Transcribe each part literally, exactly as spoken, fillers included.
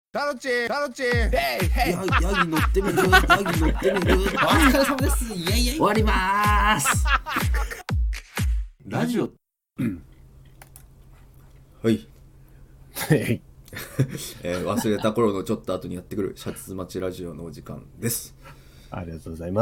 タロチタロチヘイヘイヤギ乗ってみるヤギ乗ってみるお疲れ様ですイエイイエイ終わりまーすラジオうんはいええー、忘れた頃のちょっと後にやってくるシャツ待ちラジオのお時間です。 ありがとうございます。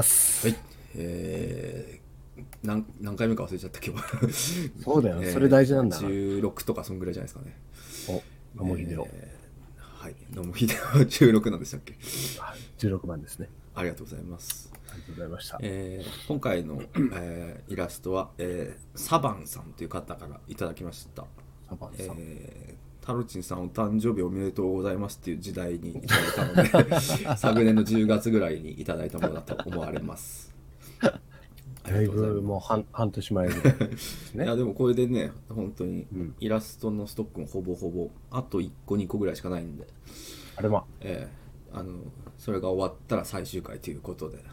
はい、えー、何, 何回目か忘れちゃった今日そうだよ、 えー、 それ大事なんだな。 じゅうろくとかそんぐらいじゃないですかね。 お、野茂英雄、 えー、はい、野茂英雄じゅうろくなんでしたっけ。 じゅうろくばんですね。 ありがとうございます。 ありがとうございました。 えー、今回の、えー、イラストは、えー、サバンさんという方からいただきました。 サバンさん、 えータロチンさんお誕生日おめでとうございますっていう時代にいただいたので昨年のじゅうがつぐらいにいただいたものだと思われます。 だいぶもう 半, 半年前ぐらいですね。 いやでもこれでね本当にイラストのストックもほぼほぼあといっこにこぐらいしかないんで、 あれまえー、あのそれが終わったら最終回ということで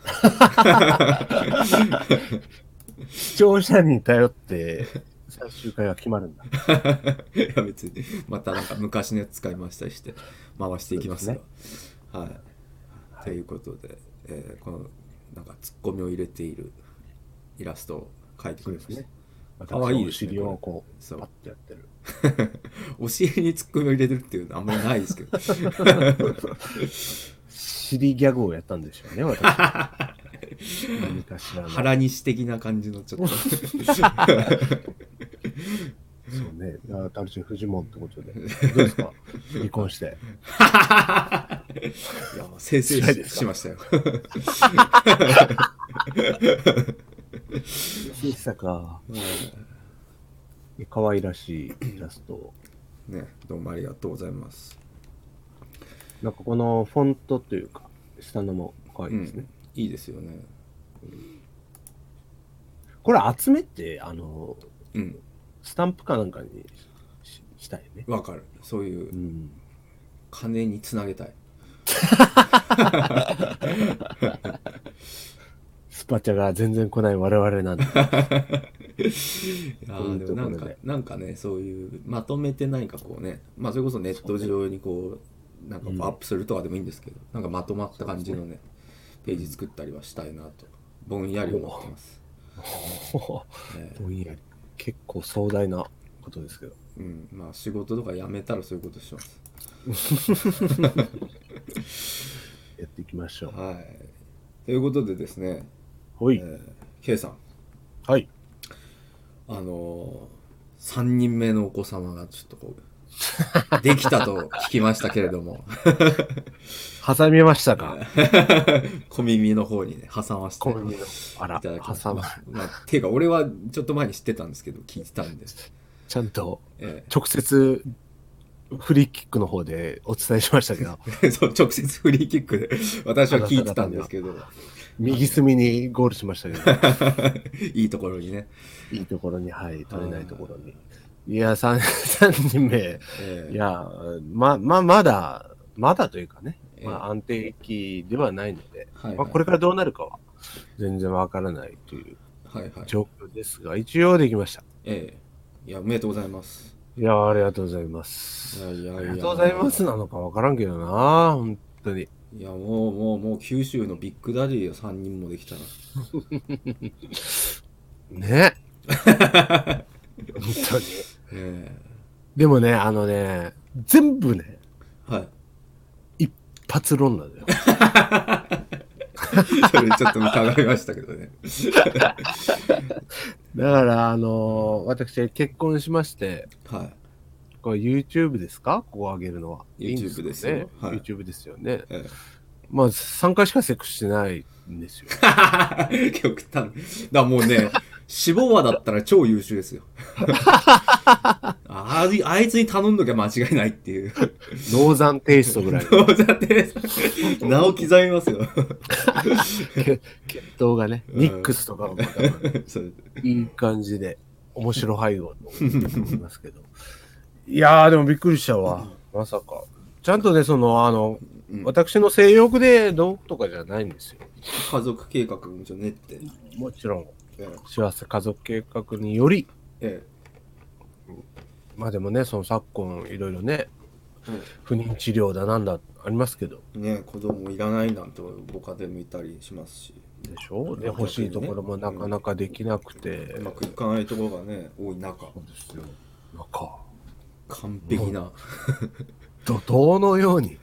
視聴者に頼って最終回は決まるんだ。 いや別にまたなんか昔のやつ使いましたりして回していきますよ、ね、はい、はい、ということで、えー、このなんかツッコミを入れているイラストを描いてくれました。かわいいですね。 お尻をこうパッてやってるお尻にツッコミを入れてるっていうのはあんまりないですけど尻ギャグをやったんでしょうね、私何かしらの腹西的な感じのちょっとそうね、タロチンフジモンってことでどうですか離婚して。いや生成 し, しましたよ小さか、うん、かわいらしいイラストね、どうもありがとうございます。 なんかこのフォントというか下のもかわいいですね、 うん、いいですよね、 うん、これ集めてあの、 うん、 スタンプかなんかに し, したいね。 わかる、そういう、うん、金につなげたいスパチャが全然来ない我々なんでいやでもなんかなんかねそういうまとめて何かこうね、まあそれこそネット上にこうなんかこうアップするとかでもいいんですけど、うん、なんかまとまった感じの ね, ねページ作ったりはしたいなとぼんやり思ってます。 ぼんやり結構壮大なことですけど、 うん、まあ仕事とか辞めたらそういうことしますやっていきましょう。 はい、ということでですね、 はい、 えー、K さん、はい、あのー、さんにんめのお子様がちょっとこうできたと聞きましたけれども挟みましたか小耳の方にね挟ませていただきました。まあ、ていうか俺はちょっと前に知ってたんですけど聞いてたんでちゃんと直接フリーキックの方でお伝えしましたけどそう直接フリーキックで私は聞いてたんですけど右隅にゴールしましたけどいいところにねいいところに、はい、取れないところに。いや 3, さんにんめ、えー、いやまままだまだというかね、えー、まあ、安定期ではないので、はいはい、まあ、これからどうなるかは全然わからないという状況ですが、はいはい、一応できました。 ええー、いやおめでとうございます。 いやありがとうございます。いやいやいやありがとうございますなのかわからんけどな本当に。 いやもうもうもう九州のビッグダディよさんにんもできたらね本当に、えー、でもねあのね全部ね、 はい、 一発論なんだよそれちょっと伺いましたけどねだからあのー、私結婚しまして、はい、これ YouTube ですかここ上げるのは YouTube ですよ、 はい、YouTube ですよね、ええ、まあさんかいしかセックスしてないんですよ極端だもうね脂肪はだったら超優秀ですよあ, あいつに頼んどきゃ間違いないっていうノーザンテイストぐらいノーザンテイスト名を刻みますよ血統がねミックスとかもいい感じで面白配合と思いますけどいやーでもびっくりしたわまさかちゃんとねそのあの、うん、私の性欲でどうとかじゃないんですよ。 家族計画もちろん練ってもちろん、ええ、幸せ家族計画により、ええ、まあでもねその昨今いろいろね不妊治療だなんだありますけどね、子供いらないなんてご家庭もいたりしますしでしょ。で、欲しいところもなかなかできなくて、 うまくいかないところがね多い中、 そうですよ。なんか完璧な怒涛のように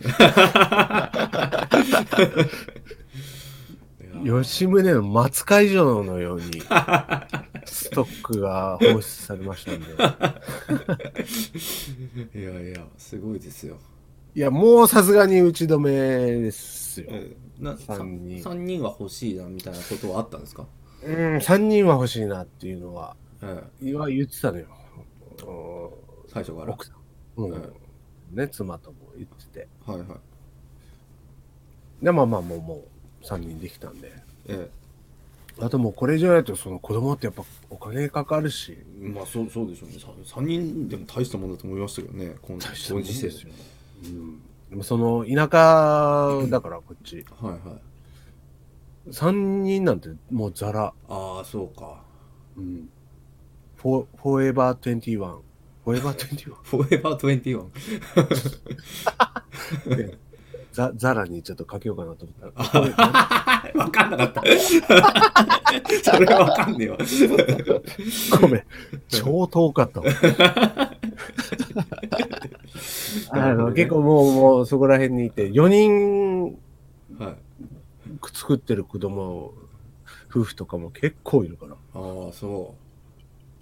吉宗の松会場のようにストックが放出されましたんでいやいやすごいですよ。 いやもうさすがに打ち止めですよ、 えなさんにんさんにんは欲しいなみたいなことはあったんですか？ うんさんにんは欲しいなっていうのは、 ええ、言ってたのよ最初から奥さん、うんええ、ね、妻とも言ってて、 はいはい。 でまあまあもうもうさんにんできたんで、 ええ、あともうこれ以上やとその子供ってやっぱお金かかるし、 まあそうそうでしょうね。さんにんでも大したものだと思いましたけどね、このご時世ですよね。 うん、でもその田舎だからこっち、 はいはい。 さんにんなんてもうザラ。 ああそうか。 うん。フォフォーエバーにじゅういち。フォーエバーにじゅういち。 フォーエバーにじゅういち。 ザザラにちょっとかけようかなと思ったら。わかんなかった。それはわかんねえわ。 ごめん。超遠かったわ。あの結構もうもうそこら辺にいてよにん、はい、作ってる子供夫婦とかも結構いるから。 ああそう。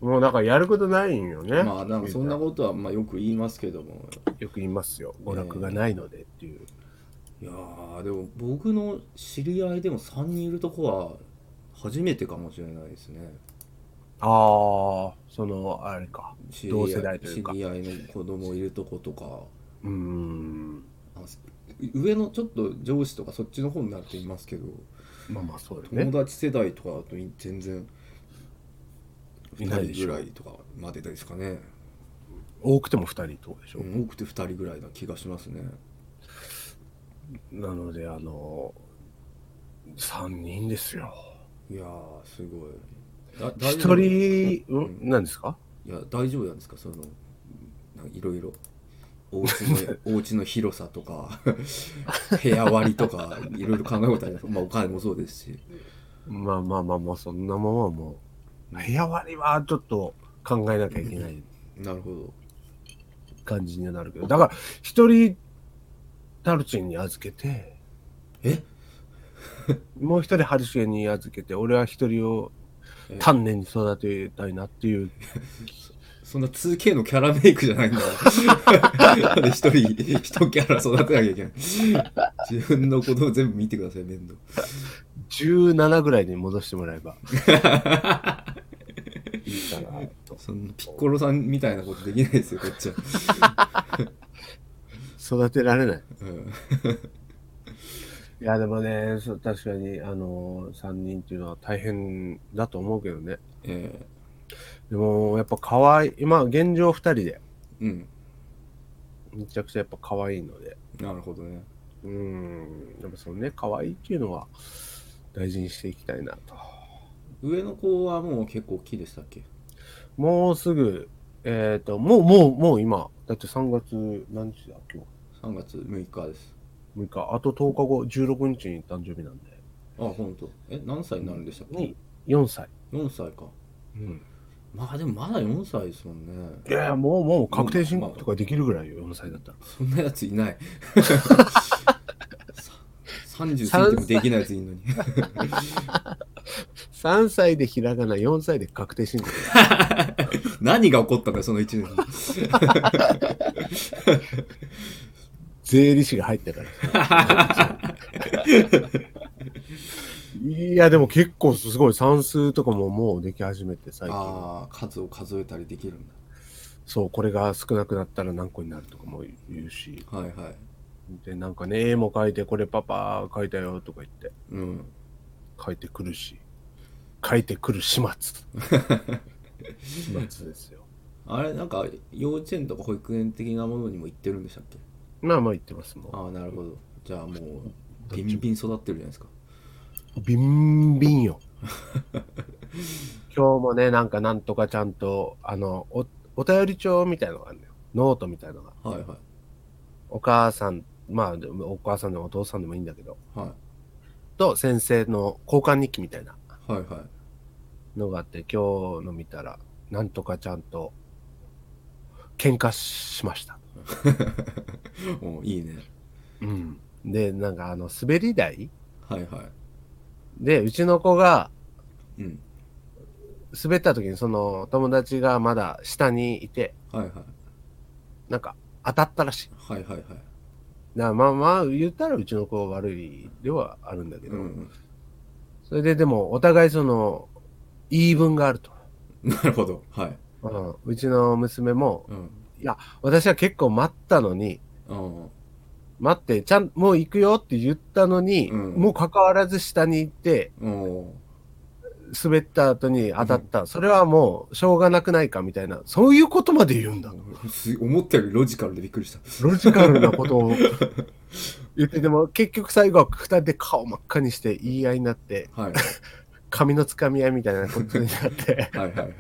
もうなんかやることないんよね。 まあなんかそんなことはまあよく言いますけども。 よく言いますよ。娯楽がないのでっていう。 いやーでも僕の知り合いでもさんにんいるとこは初めてかもしれないですね。 ああ、そのあれか。同世代というか。 知り合いの子供いるとことか。 うーん。 上のちょっと上司とかそっちの方になると言いますけど、 まあまあそうですね。 友達世代とかだと全然ふたりぐらいとかまでですかね。 多くてもふたりとかでしょ、 うん、多くてふたりぐらいな気がしますね。 なのであのさんにんですよ。いやーすごい。 ひとり、うん、何ですか？ いや大丈夫なんですか？そのいろいろお家のお家の広さとか部屋割りとかいろいろ考え事あります。まあお金もそうですし。 まあまあまあまあそんなもんはもう部屋割りはちょっと考えなきゃいけない。 なるほど。 感じになるけど、だから一人タルチンに預けて、 えもう一人ハルシエに預けて、俺は一人を丹念に育てたいなっていう。 そんな ツーケー のキャラメイクじゃないんだ。一人一キャラ育てなきゃいけない。自分の子供全部見てください、面倒。 じゅうななぐらいに戻してもらえばいいかなと。 そのピッコロさんみたいなことできないですよ、こっちは。 育てられない。 うん、 いやでもね、確かにあのさんにんっていうのは大変だと思うけどね。えー、でもやっぱ可愛い、今現状ふたりで、うん、めちゃくちゃやっぱ可愛いので。 なるほどね。 うん、でもそのね、可愛いっていうのは大事にしていきたいなと。 上の子はもう結構大きいでしたっけ？ もうすぐ、えっ、ー、と、もう、もう、もう今、だってさんがつ何日だ今日。 さんがつむいかです。 むいか、あととおかご、じゅうろくにちに誕生日なんで。 あ、ほんと。え、何歳になるんでしたっけ？ に、よんさい。 よんさいか。うん。まあでもまだよんさいですもんね。 いやもう、もう確定申告とかできるぐらいよ、よんさいだったら。 そんなやついない。さんじゅう過ぎてもできないやついいのに。 さんさいでひらがな、よんさいで確定申告。 何が起こったんだよ、そのいちねん。 税理士が入ったから。いや、でも結構すごい算数とかももうでき始めて最近。 ああ、数を数えたりできるんだ。 そう、これが少なくなったら何個になるとかも言うし。 はいはい。 で、なんかね、絵も描いて、これパパ描いたよとか言って。 うん。 描いてくるし。書いてくる始末。始末ですよ。 あれ、なんか幼稚園とか保育園的なものにも行ってるんでしたっけ？ まあまあ行ってますもん。 ああ、なるほど。じゃあもうビンビン育ってるじゃないですか。 ビンビンよ。今日もね、なんかなんとかちゃんとあの お, お便り帳みたいなのがあるのよ。ノートみたいなのが。 はいはい。 お母さん、まあ、お母さんでもお父さんでもいいんだけど、 はい。 と先生の交換日記みたいなはいはい。 のがあって、今日の見たら、なんとかちゃんと喧嘩しました。 おいいね。 うん。で、なんかあの、滑り台はいはい。 で、うちの子が、 うん。 滑った時にその友達がまだ下にいて、 はいはい。 なんか当たったらしい。 はいはいはい。 だからまあまあ言ったらうちの子悪いではあるんだけど、うん、それででもお互いその言い分があると。 なるほど。はい。 うん、うちの娘も、 うん、 いや私は結構待ったのに、うん、待ってちゃんもう行くよって言ったのに、うん、もう関わらず下に行って、うん、滑った後に当たった、うん、それはもうしょうがなくないかみたいな、そういうことまで言うんだ。 思ったよりロジカルでびっくりした。 ロジカルなことを言って、でも結局最後はふたりで顔真っ赤にして言い合いになって、はい、髪のつかみ合いみたいなことになってはいはいはい、はい、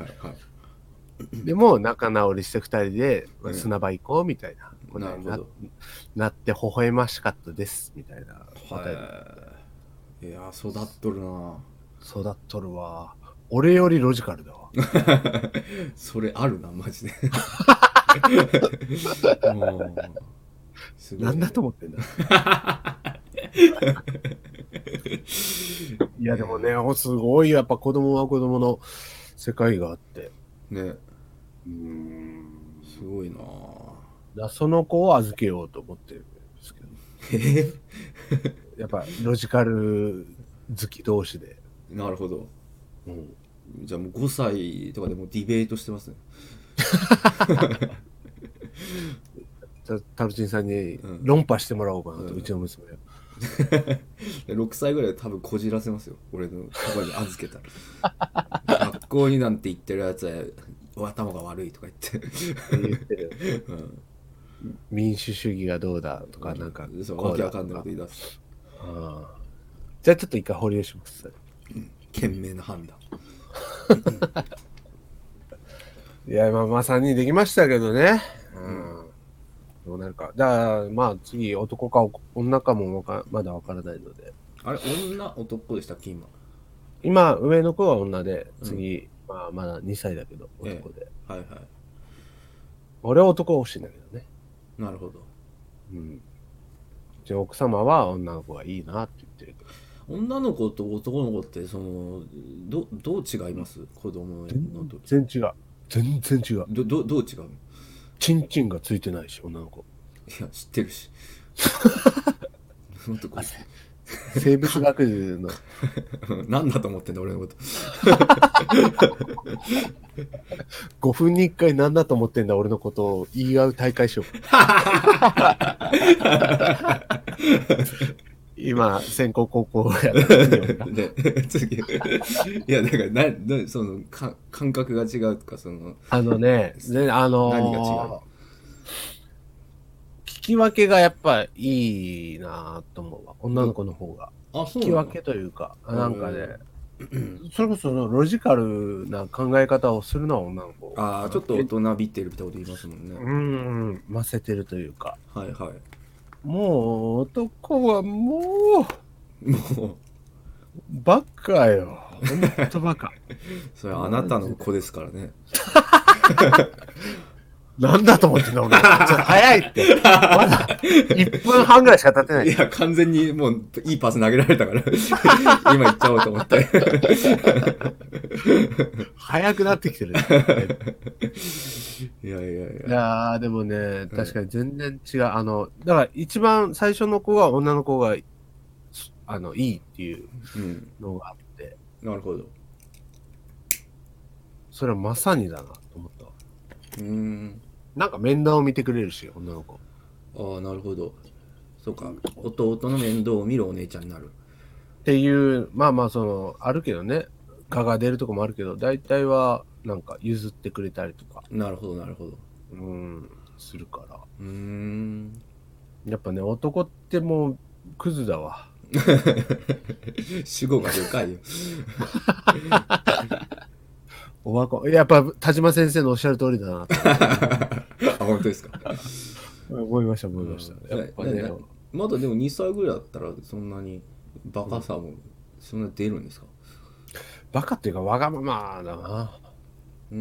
でも仲直りしてふたりで砂場行こうみたいなことに な,、うん、なって微笑ましかったですみたいな答え。いや育っとるな。 育っとるわ。俺よりロジカルだわ。 それあるなマジで。もうすごい、ね、なんだと思ってんだ。いやでもね、すごいやっぱ子供は子供の世界があってね、うーんすごいな。 だその子を預けようと思ってるんですけど、やっぱロジカル好き同士で。 なるほど、うん、じゃあもうごさいとかでもディベートしてますね。 タルチンさんに論破してもらおうかなと、うん、うちの娘は。 ろくさいぐらいで多分こじらせますよ、俺のところに預けたら。学校になんて言ってるやつは頭が悪いとか言って言ってる、 うん、民主主義がどうだとかなんか、うん、 そうわけわかんないこと言い出す。 あじゃあちょっと一回保留します。 賢明な判断。 いやまあまあさんにんできましたけどね、うん、どうなるか。だからまあ次男か女かもまだわからないので。 あれ女男でしたっけ今。 今上の子は女で次、うん、まあまだにさいだけど男で、ええ、はいはい。 俺は男欲しいんだけどね。 なるほど。 うん。うちの奥様は女の子がいいなって言ってるけど。 女の子と男の子ってその ど, どう違います？子供の時。 全然違う。全然違う。 どどどう違うの？ チンチンがついてないし女の子。 いや知ってるし。 生物学の何だと思ってんだ俺のこと。 ごふんにいっかい何だと思ってんだ俺のことを言い合う大会しよう。今先攻高校やったで次いやだからなそのか感覚が違うとかそのあのねであのー、 何が違う？ 聞き分けがやっぱいいなと思うわ女の子の方が。 あ聞き分けというかなんかねそれこそロジカルな考え方をするのは女の子。 ああちょっと大人びってるみたいなこと言いますもんね。 うんませてるというか。 はいはい。 もう男はもうもうバカよ。ほんとバカ。 それはあなたの子ですからね。 なんだと思ってんだ俺。ちょっと早いって。まだいっぷんはんぐらいしか経ってない。 いや完全にもういいパス投げられたから今行っちゃおうと思って。 早くなってきてる、ね。 いやいやいや。 いやーでもね確かに全然違う。あのだから一番最初の子は女の子があのいいっていうのがあって、 うん、なるほど。 それはまさにだなと思ったわ。 うーんなんか面倒を見てくれるし女の子。 ああなるほど。そうか弟の面倒を見るお姉ちゃんになるっていうまあまあそのあるけどね蚊が出るとこもあるけど大体はなんか譲ってくれたりとか。 なるほどなるほど。 うんするから。 うーんやっぱね男ってもうクズだわ。 主語がでかいよ。 おばこやっぱ田島先生のおっしゃる通りだな。 あ本当ですか。 思いました思いました、うん、やっぱね。 まだでもにさいぐらいだったらそんなにバカさもそんな出るんですか？ バカっていうかわがままだな。 うん。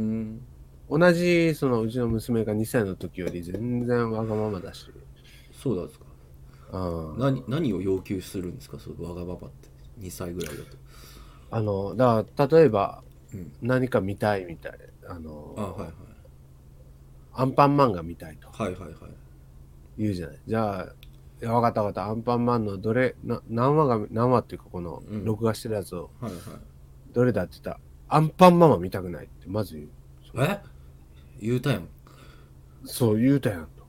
同じそのうちの娘がにさいの時より全然わがままだし。 そうなんですか。うん。何何を要求するんですか、そのわがままってにさいぐらいだと。 あのだから例えば、うん、何か見たいみたいあのあ、はいはい、 アンパンマンが見たいと。 はいはいはい。 言うじゃない。じゃあ、いや分かった分かった。アンパンマンのどれ、な何話が、何話っていうかこの、録画してるやつを、うんはいはい、どれだって言ったら、アンパンマンは見たくないってまず言う。 え言うたやん。 そう、言うたやんと。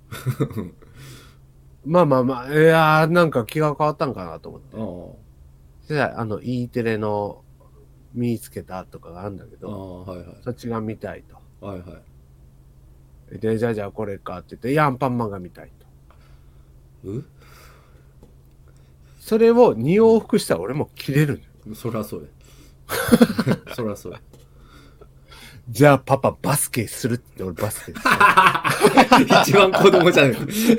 まあまあまあ、いやー、なんか気が変わったんかなと思って。そしたら、あの、E テレの見つけたとかがあるんだけど、はいはい、そっちが見たいと。はいはい。で、じゃあじゃあこれかって言って、いや、アンパンマンが見たいと。うそれをに往復したら俺も切れるの。そらそうや。そらそうや。 じゃあパパバスケするって俺バスケする。 一番子供じゃん。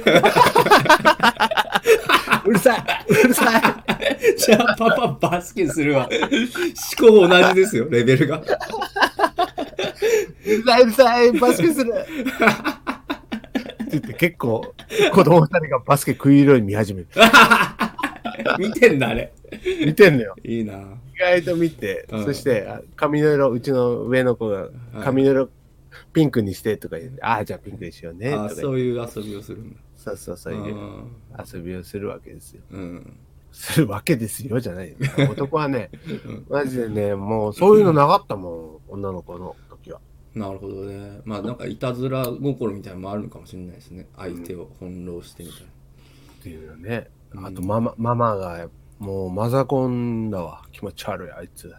うるさいうるさい。 じゃあパパバスケするわ。思考同じですよ、レベルが。うるさいうるさい、バスケする。って言って結構子供二人がバスケ食い色に見始める。 見てんだあれ。 見てんのよ。 いいな。 意外と見て、うん、そして髪の色、うちの上の子が髪の色、はい、ピンクにしてとか言って、ああじゃあピンクにしようねとか。あそういう遊びをするんだ。 そうそうそういう遊びをするわけですよ。うん、するわけですよじゃないよ。男はね、マジでね、もうそういうのなかったもん、女の子の時は。 なるほどね。まあなんかいたずら心みたいなのもあるのかもしれないですね。相手を翻弄してみたいな。 っていうよね。あとママ、ママがもうマザコンだわ。気持ち悪いあいつ。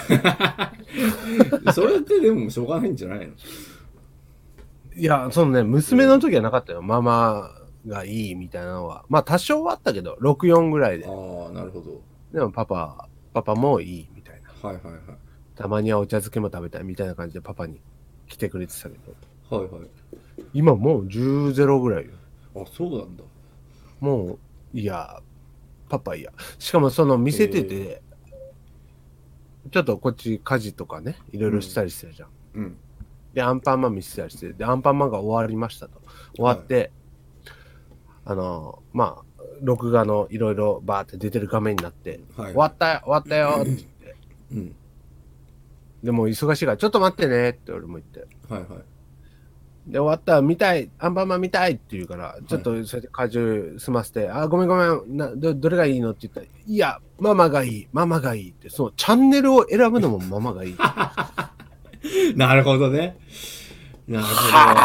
それってでもしょうがないんじゃないの？ いや、そのね、娘の時はなかったよ。ママがいいみたいなのは。まあ多少はあったけど、ろくじゅうよんぐらいで。 ああ、なるほど。 でもパパ、パパもいいみたいな。 はいはいはい。 たまにはお茶漬けも食べたいみたいな感じでパパに来てくれてたけど。はいはい。 今もうじゅうゼロぐらいよ。 あ、そうなんだ。 もう、いや、パパいや。しかもその見せてて、ちょっとこっち家事とかね、いろいろしたりしてるじゃん。うん。うん、で、アンパンマン見せたりして、で、アンパンマンが終わりましたと。終わって、はい、あの、まあ、録画のいろいろバーって出てる画面になって、はい、終わったよ、終わったよって言って。うん。でも忙しいからちょっと待ってねって俺も言って。はいはい。で、終わったら見たい、アンパンマン見たいって言うから、ちょっとそれで荷重済ませて、はい、あ、ごめんごめんなど、どれがいいのって言ったら、いや、ママがいい、ママがいいって、そのチャンネルを選ぶのもママがいい。 なるほどね。なる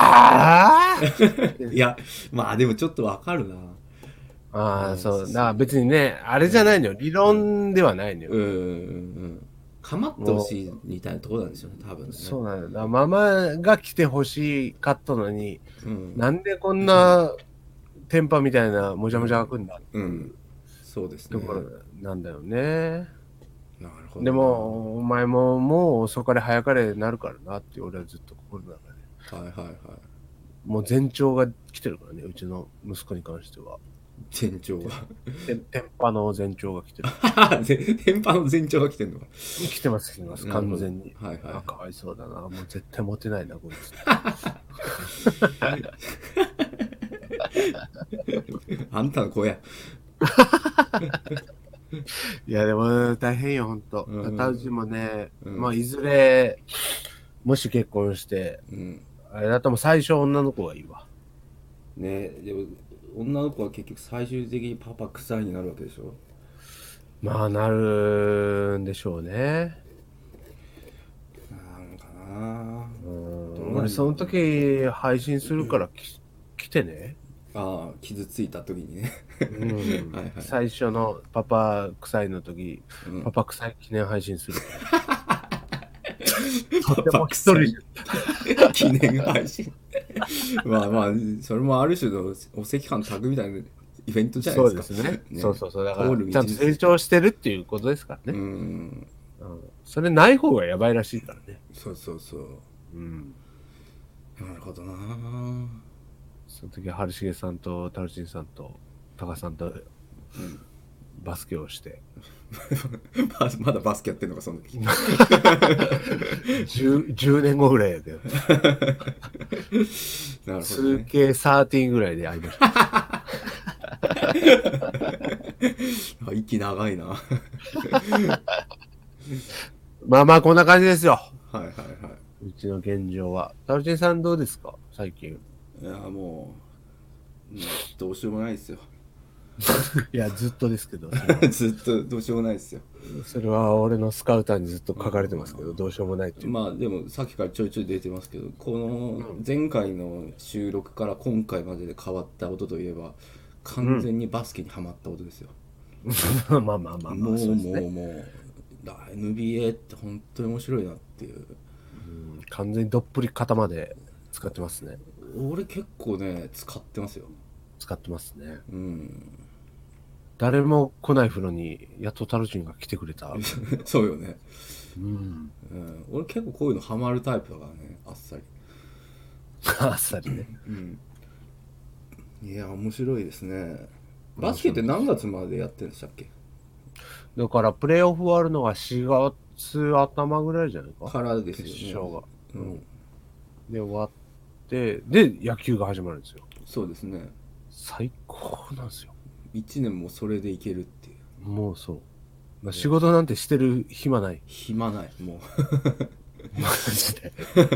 ほど。いや、まあでもちょっとわかるな。 ああ、そう。だから別にね、あれじゃないのよ。理論ではないのよ。うんうんうん。 かまってほしいみたいなところなんでしょうね、多分ね。 そうなんだ。だママが来てほしかったのに、うん、なんでこんなテンパみたいなもじゃもじゃ開くんだっていう、うん、 そうですね。 ところなんだよね。 なるほど。 でも、お前ももう遅かれ早かれなるからなって俺はずっと心の中で。はいはいはい。もう前兆が来てるからね、うちの息子に関しては。 前兆が天パの前兆が来てる。 天パの前兆が来てるのか。 来てます、来てます、完全に。はいはい。あ、かわいそうだな。もう絶対モテないな、こいつ。 あんたの子や。 いや、でも大変よ、ほんと。片うちもね、うん、まあ、いずれ、もし結婚して、うん、あれだとも最初女の子がいいわ。 ね、でも女の子は結局最終的にパパ臭いになるわけでしょ。 まあなるんでしょうね。 なんかな。 うん。俺その時配信するからき来てね。 ああ、傷ついた時にね。 うん、はいはい、最初のパパ臭いの時、うん、パパ臭い記念配信するから。とても一人記念配信。まあまあ、それもある種のお赤飯炊くみたいなイベントじゃないですか。 そうですね。ね、そうそうそう。だから、ちゃんと成長してるっていうことですからね。うん。うん、それない方がやばいらしいからね。 そうそうそう。うん。なるほどな。 その時は春重さんとタルチンさんとタカさんと、うん、バスケをしてまだバスケやってんのかその時 10, じゅうねんごぐらいやけどなるほど、ね、ツーケーサーティーン ぐらいで会いました息長いなまあまあこんな感じですよ。 はいはいはい。 うちの現状は。タルチンさんどうですか最近。 いやもう、うん、どうしようもないですよ。 いやずっとですけど。 ずっとどうしようもないですよ。 それは俺のスカウターにずっと書かれてますけど、どうしようもないっていう。 まあでもさっきからちょいちょい出てますけど、この前回の収録から今回までで変わったことといえば、完全にバスケにはまったことですよ。 うん、まあまあまあまあ。 もうもうもう。エヌビーエー って本当に面白いなっていう、うん、 完全にどっぷり肩まで使ってますね。 俺結構ね使ってますよ。 使ってますね。 うん。 誰も来ない風呂にやっとタルチンが来てくれた。 そうよね、 うん、 うん。俺結構こういうのハマるタイプだからね、あっさり。 あっさりね。 うん。いや面白いですね。バスケって何月までやってるんでしたっけ？ だからプレーオフ終わるのがしがつ頭ぐらいじゃないかからですよね。 決勝が、 うん、 で終わってで野球が始まるんですよ。 そうですね。 最高なんですよ。 いちねんもそれでいけるっていう。 もうそう、まあ、仕事なんてしてる暇ない。 暇ないもうマジで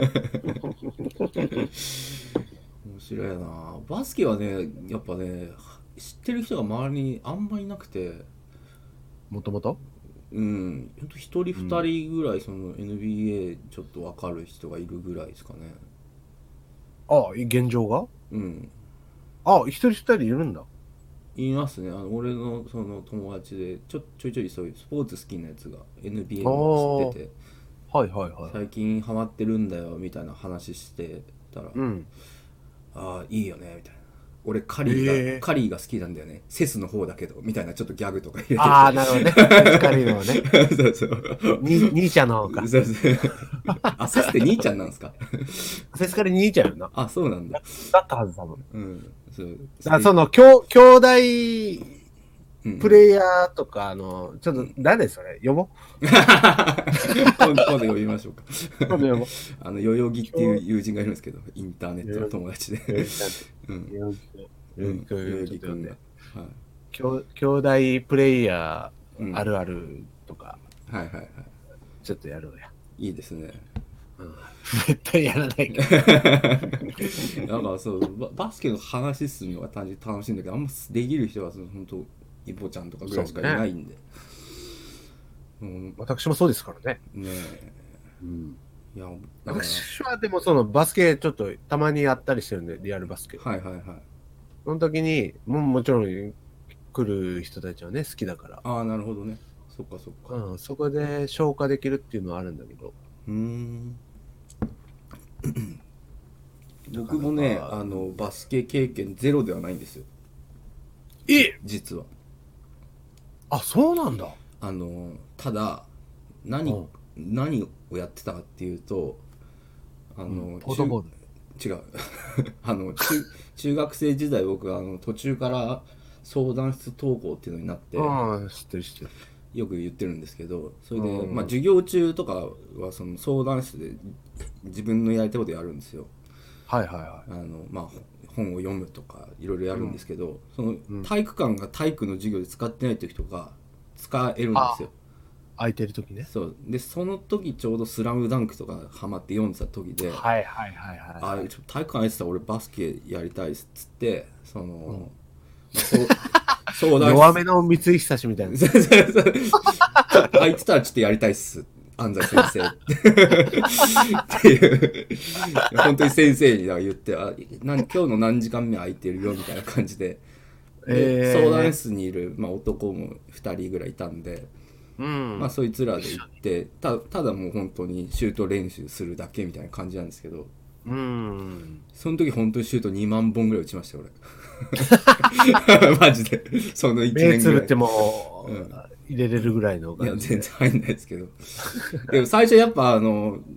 面白いな。バスケはねやっぱね知ってる人が周りにあんまりいなくて、 もともとうんひとりふたりぐらいその エヌビーエー ちょっと分かる人がいるぐらいですかね。 ああ現状がうんああ一人二人いるんだ。 いますね。あの俺のその友達でちょちょいちょいそういうスポーツ好きなやつが エヌビーエー も知ってて、 はいはいはい、 最近ハマってるんだよみたいな話してたら、 うん、 ああいいよねみたいな。俺カリーが、えー、カリーが好きなんだよね。セスの方だけどみたいなちょっとギャグとか入れてて。 ああなるほどね。カリーのね。 そうそう。 に兄ちゃんの方か。 そうそう。あセスって兄ちゃんなんですか？ セスカリ兄ちゃんよな。 あそうなんだ。 だったはず多分。 うん。そうあそのきょ兄弟プレイヤーとか、あのちょっと誰それ呼ぼう。 今度呼びましょうか。 今度呼ぼう。 あの代々木っていう友人がいるんですけど、インターネットの友達で。 うん。代々木くんで。 はい。 兄弟プレイヤーあるあるとか。 はいはいはい。 ちょっとやろうや。 いいですね。 絶対やらないけど。 なんかそうバ、バスケの話するのが単純に楽しいんだけど、あんまできる人は本当イボちゃんとかぐらいしかいないんで。 うん、私もそうですからね。 ねえ。うん。いや、 私はでもそのバスケちょっとたまにやったりしてるんで、リアルバスケ。 はいはいはい。 その時に、ももちろん来る人たちはね、好きだから。 ああ、なるほどね。そっかそっか。 うん、そこで消化できるっていうのはあるんだけど。 うーん。僕もね、あのバスケ経験ゼロではないんですよ。 え実は。 あ、そうなんだ。 あのただ何、うん、何をやってたかっていうと、あの、うん、 ポートボール違うあの 中, 中学生時代僕あの途中から相談室登校っていうのになって、 ああ知ってる知ってる。 よく言ってるんですけど、それで、うん、まあ授業中とかはその相談室で自分のやりたいことやるんですよ。 はいはいはい。 あのまあ本を読むとかいろいろやるんですけど、うん、その体育館が体育の授業で使ってない時とか使えるんですよ。 空いてる時ね。 そうでその時ちょうどスラムダンクとかハマって読んでた時で、 はいはいはいはい、 あちょっと体育館空いてたら俺バスケやりたいっつってその、うんそう弱めの三井久志みたいな。 空いてたらちょっとやりたいっす安西先生っていう本当に先生に言ってあなん今日の何時間目空いてるよみたいな感じで、で、えー、相談室にいる、まあ、男もふたりぐらいいたんで、うんまあ、そいつらで行って た, ただもう本当にシュート練習するだけみたいな感じなんですけど、うんその時本当にシュートにまんぼんぐらい打ちましたよ俺マジでそのいちねんぐらい目つぶっても、うん入れれるぐらいの。 いや全然入んないですけどでも最初やっぱあの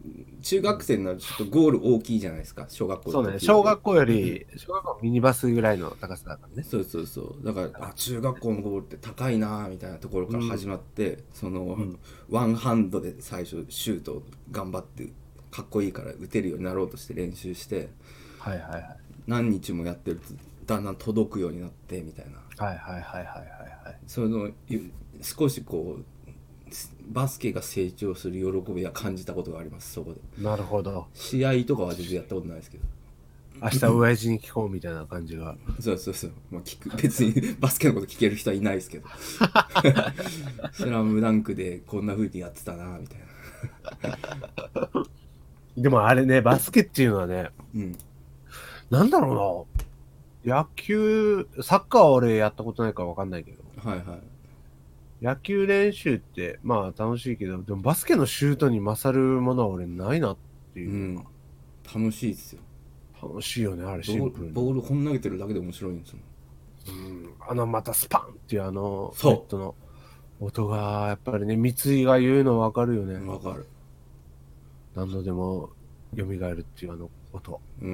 中学生になるとちょっとゴール大きいじゃないですか、小学校そうね、小学校より、小学校ミニバスぐらいの高さだからね。 そうそうそう。だから、あ、中学校のゴールって高いなみたいなところから始まって、うん、その、うん、ワンハンドで最初シュートを頑張ってかっこいいから打てるようになろうとして練習して、 はいはいはい。 何日もやってるとだんだん届くようになってみたいな。 はいはいはいはいはいはい。 その少しこうバスケが成長する喜びは感じたことがあります、そこで。 なるほど。 試合とかは全然やったことないですけど。 明日親父に聞こうみたいな感じが。 そうそうそう。まあ、聞く別にバスケのこと聞ける人はいないですけど。スラムダンクでこんな風にやってたなみたいな。 でもあれね、バスケっていうのはね、 うん、 なんだろうな。野球、サッカーは俺やったことないから分かんないけど。 はいはい。 野球練習ってまあ楽しいけど、でもバスケのシュートに勝るものは俺ないなっていう、うん、 楽しいですよ。 楽しいよね、あれシンプルに。 ボールこん投げてるだけで面白いんですよ。 うん、あのまたスパンっていうあのヘッドの音がやっぱりね、三井が言うの分かるよね。 分かる。 何度でも蘇るっていうあの音。 うん。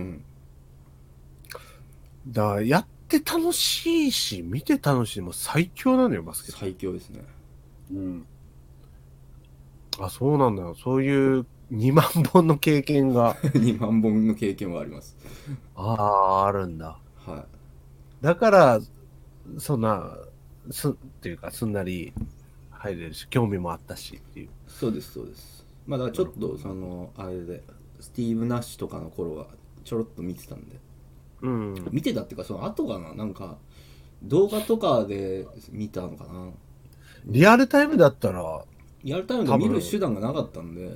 だからやって楽しいし、見て楽しい、もう最強なのよ、バスケ。 最強ですね。 うん。あ、そうなんだよ。そういうにまんぼんの経験が。 にまんぼんの経験はあります。 ああ、あるんだ。 はい。 だから、そんな、す、っていうか、すんなり入れるし、興味もあったしっていう。 そうです、そうです。まあだからちょっと、その、あれで、スティーブ・ナッシュとかの頃は、ちょろっと見てたんで。 うん、 見てたっていうか、その後かな、なんか動画とかで見たのかな。 リアルタイムだったらリアルタイムで見る手段がなかったんで。 うん、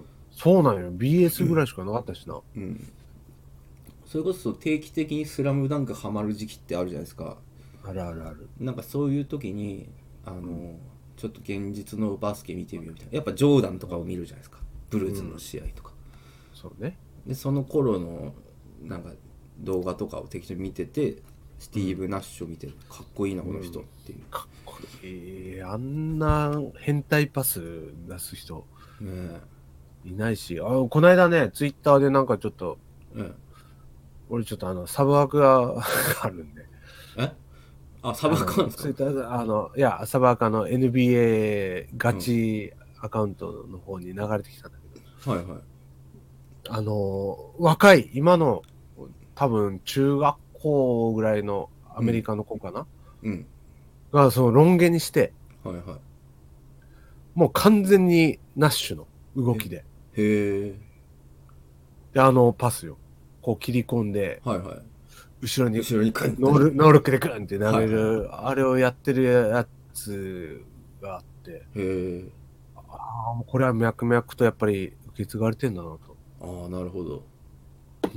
そうなんよ。 ビーエス ぐらいしかなかったしな。 うん、うん、それこそ定期的にスラムダンクハマる時期ってあるじゃないですか。 あるあるある。 なんかそういう時にあの、うん、ちょっと現実のバスケ見てみようみたいな。やっぱジョーダンとかを見るじゃないですか、ブルーズの試合とか、 うん、そうね。でその頃のなんか動画とかを適当に見てて、スティーブ・ナッシュを見て、かっこいいなこの人っていう、うん、 かっこいい。あんな変態パス出す人、ね、いないし、あ、この間ねツイッターでなんかちょっと、うん、俺ちょっとあのサブアカがあるんで。 えあ、サブアカなんですか？ ツイッターあのいやサブアカの エヌビーエー ガチアカウントの方に流れてきたんだけど、 うん、はいはい。 あの若い今の多分中学校ぐらいのアメリカの子かな、 うん、 がそのロン毛にして、 はいはい、 もう完全にナッシュの動きで、 へえ、 であのパスよ、こう切り込んで、 はいはい、 後ろに後ろにノールノールックでグンって投げる、はいはい、あれをやってるやつがあって、へえ、 ああこれは脈々とやっぱり受け継がれてんだなと。 ああ、なるほど。 うん、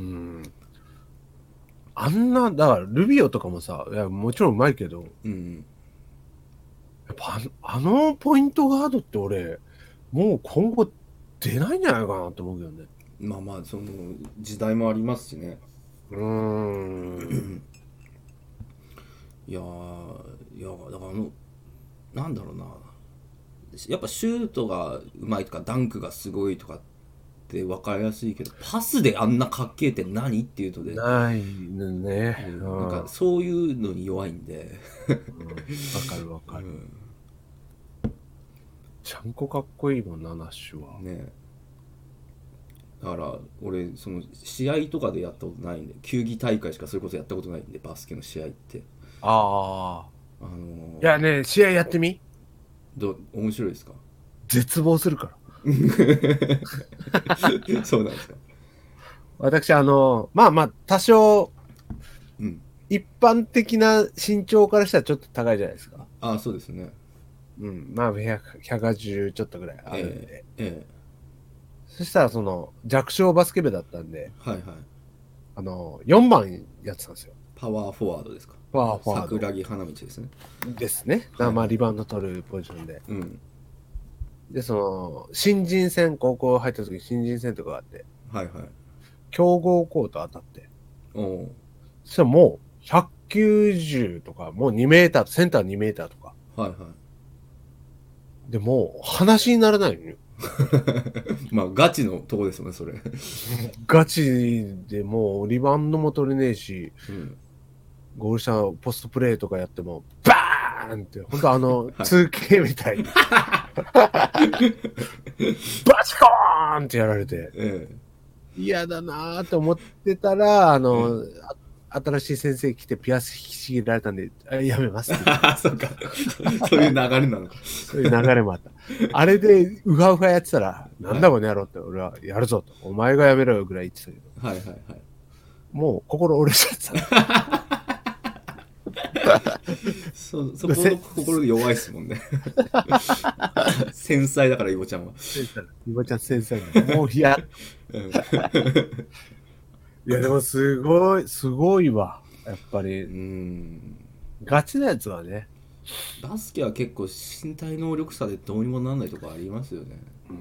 あんな、だからルビオとかもさ、いやもちろんうまいけど、うん、やっぱあのポイントガードって俺もう今後出ないんじゃないかなと思うけどね。 まあまあその時代もありますしね。 うーんいやいやだからあのなんだろうな、やっぱシュートがうまいとかダンクがすごいとかって分かりやすいけど、パスであんなかっけえって何っていうのでないね、 うん、なんかそういうのに弱いんでわ、 うん、かるわかる、うん、ちゃんこかっこいいもんなナッシュはね。だから俺その試合とかでやったことないんで、球技大会しかそれこそやったことないんで、バスケの試合って。 ああ、 あのー、 いやね、試合やってみ、 ど面白いですか？ 絶望するからそうなんですか？ 私あのまあまあ多少、うん、一般的な身長からしたらちょっと高いじゃないですか。 ああ、そうですね。 うん、まあひゃくはちじゅうちょっとぐらいあるんで、ええええ、 そしたらその弱小バスケ部だったんで、 はいはい、 あのよんばんやってたんですよ。 パワーフォワードですか？ パワーフォワード、 桜木花道ですね。 ですね。はいはい、まあリバウンド取るポジションで、 うん、 でその新人戦、高校入った時に新人戦とかがあって、はいはい、強豪校と当たって、おそしたらもうひゃくきゅうじゅうとか、もうにメーター、センターにメーターとか、はいはい、でもう話にならないのよまあガチのとこですよねそれ。 ガチでもうリバウンドも取れねえし、うん、ゴール下ポストプレーとかやってもバーンって本当あの ツーケー みたいにバチコーンってやられて、ええ、嫌だなーって思ってたらあの、うん、新しい先生来てピアス引きちぎられたんでやめますって。 そうかそういう流れなのか。 そういう流れもあった。あれでうがうがやってたら、なんだこの野郎って俺はやるぞと。お前がやめろよぐらい言ってたけど。はいはいはい。もう心折れちゃってた。 そ, そこの心弱いですもんね。繊細だからイボちゃんは。 イボちゃん繊細だ。もういや。うん、いやでもすごい、すごいわ。やっぱり。うん。ガチなやつはね。 バスケは結構身体能力差でどうにもなんないとこありますよね。 うん、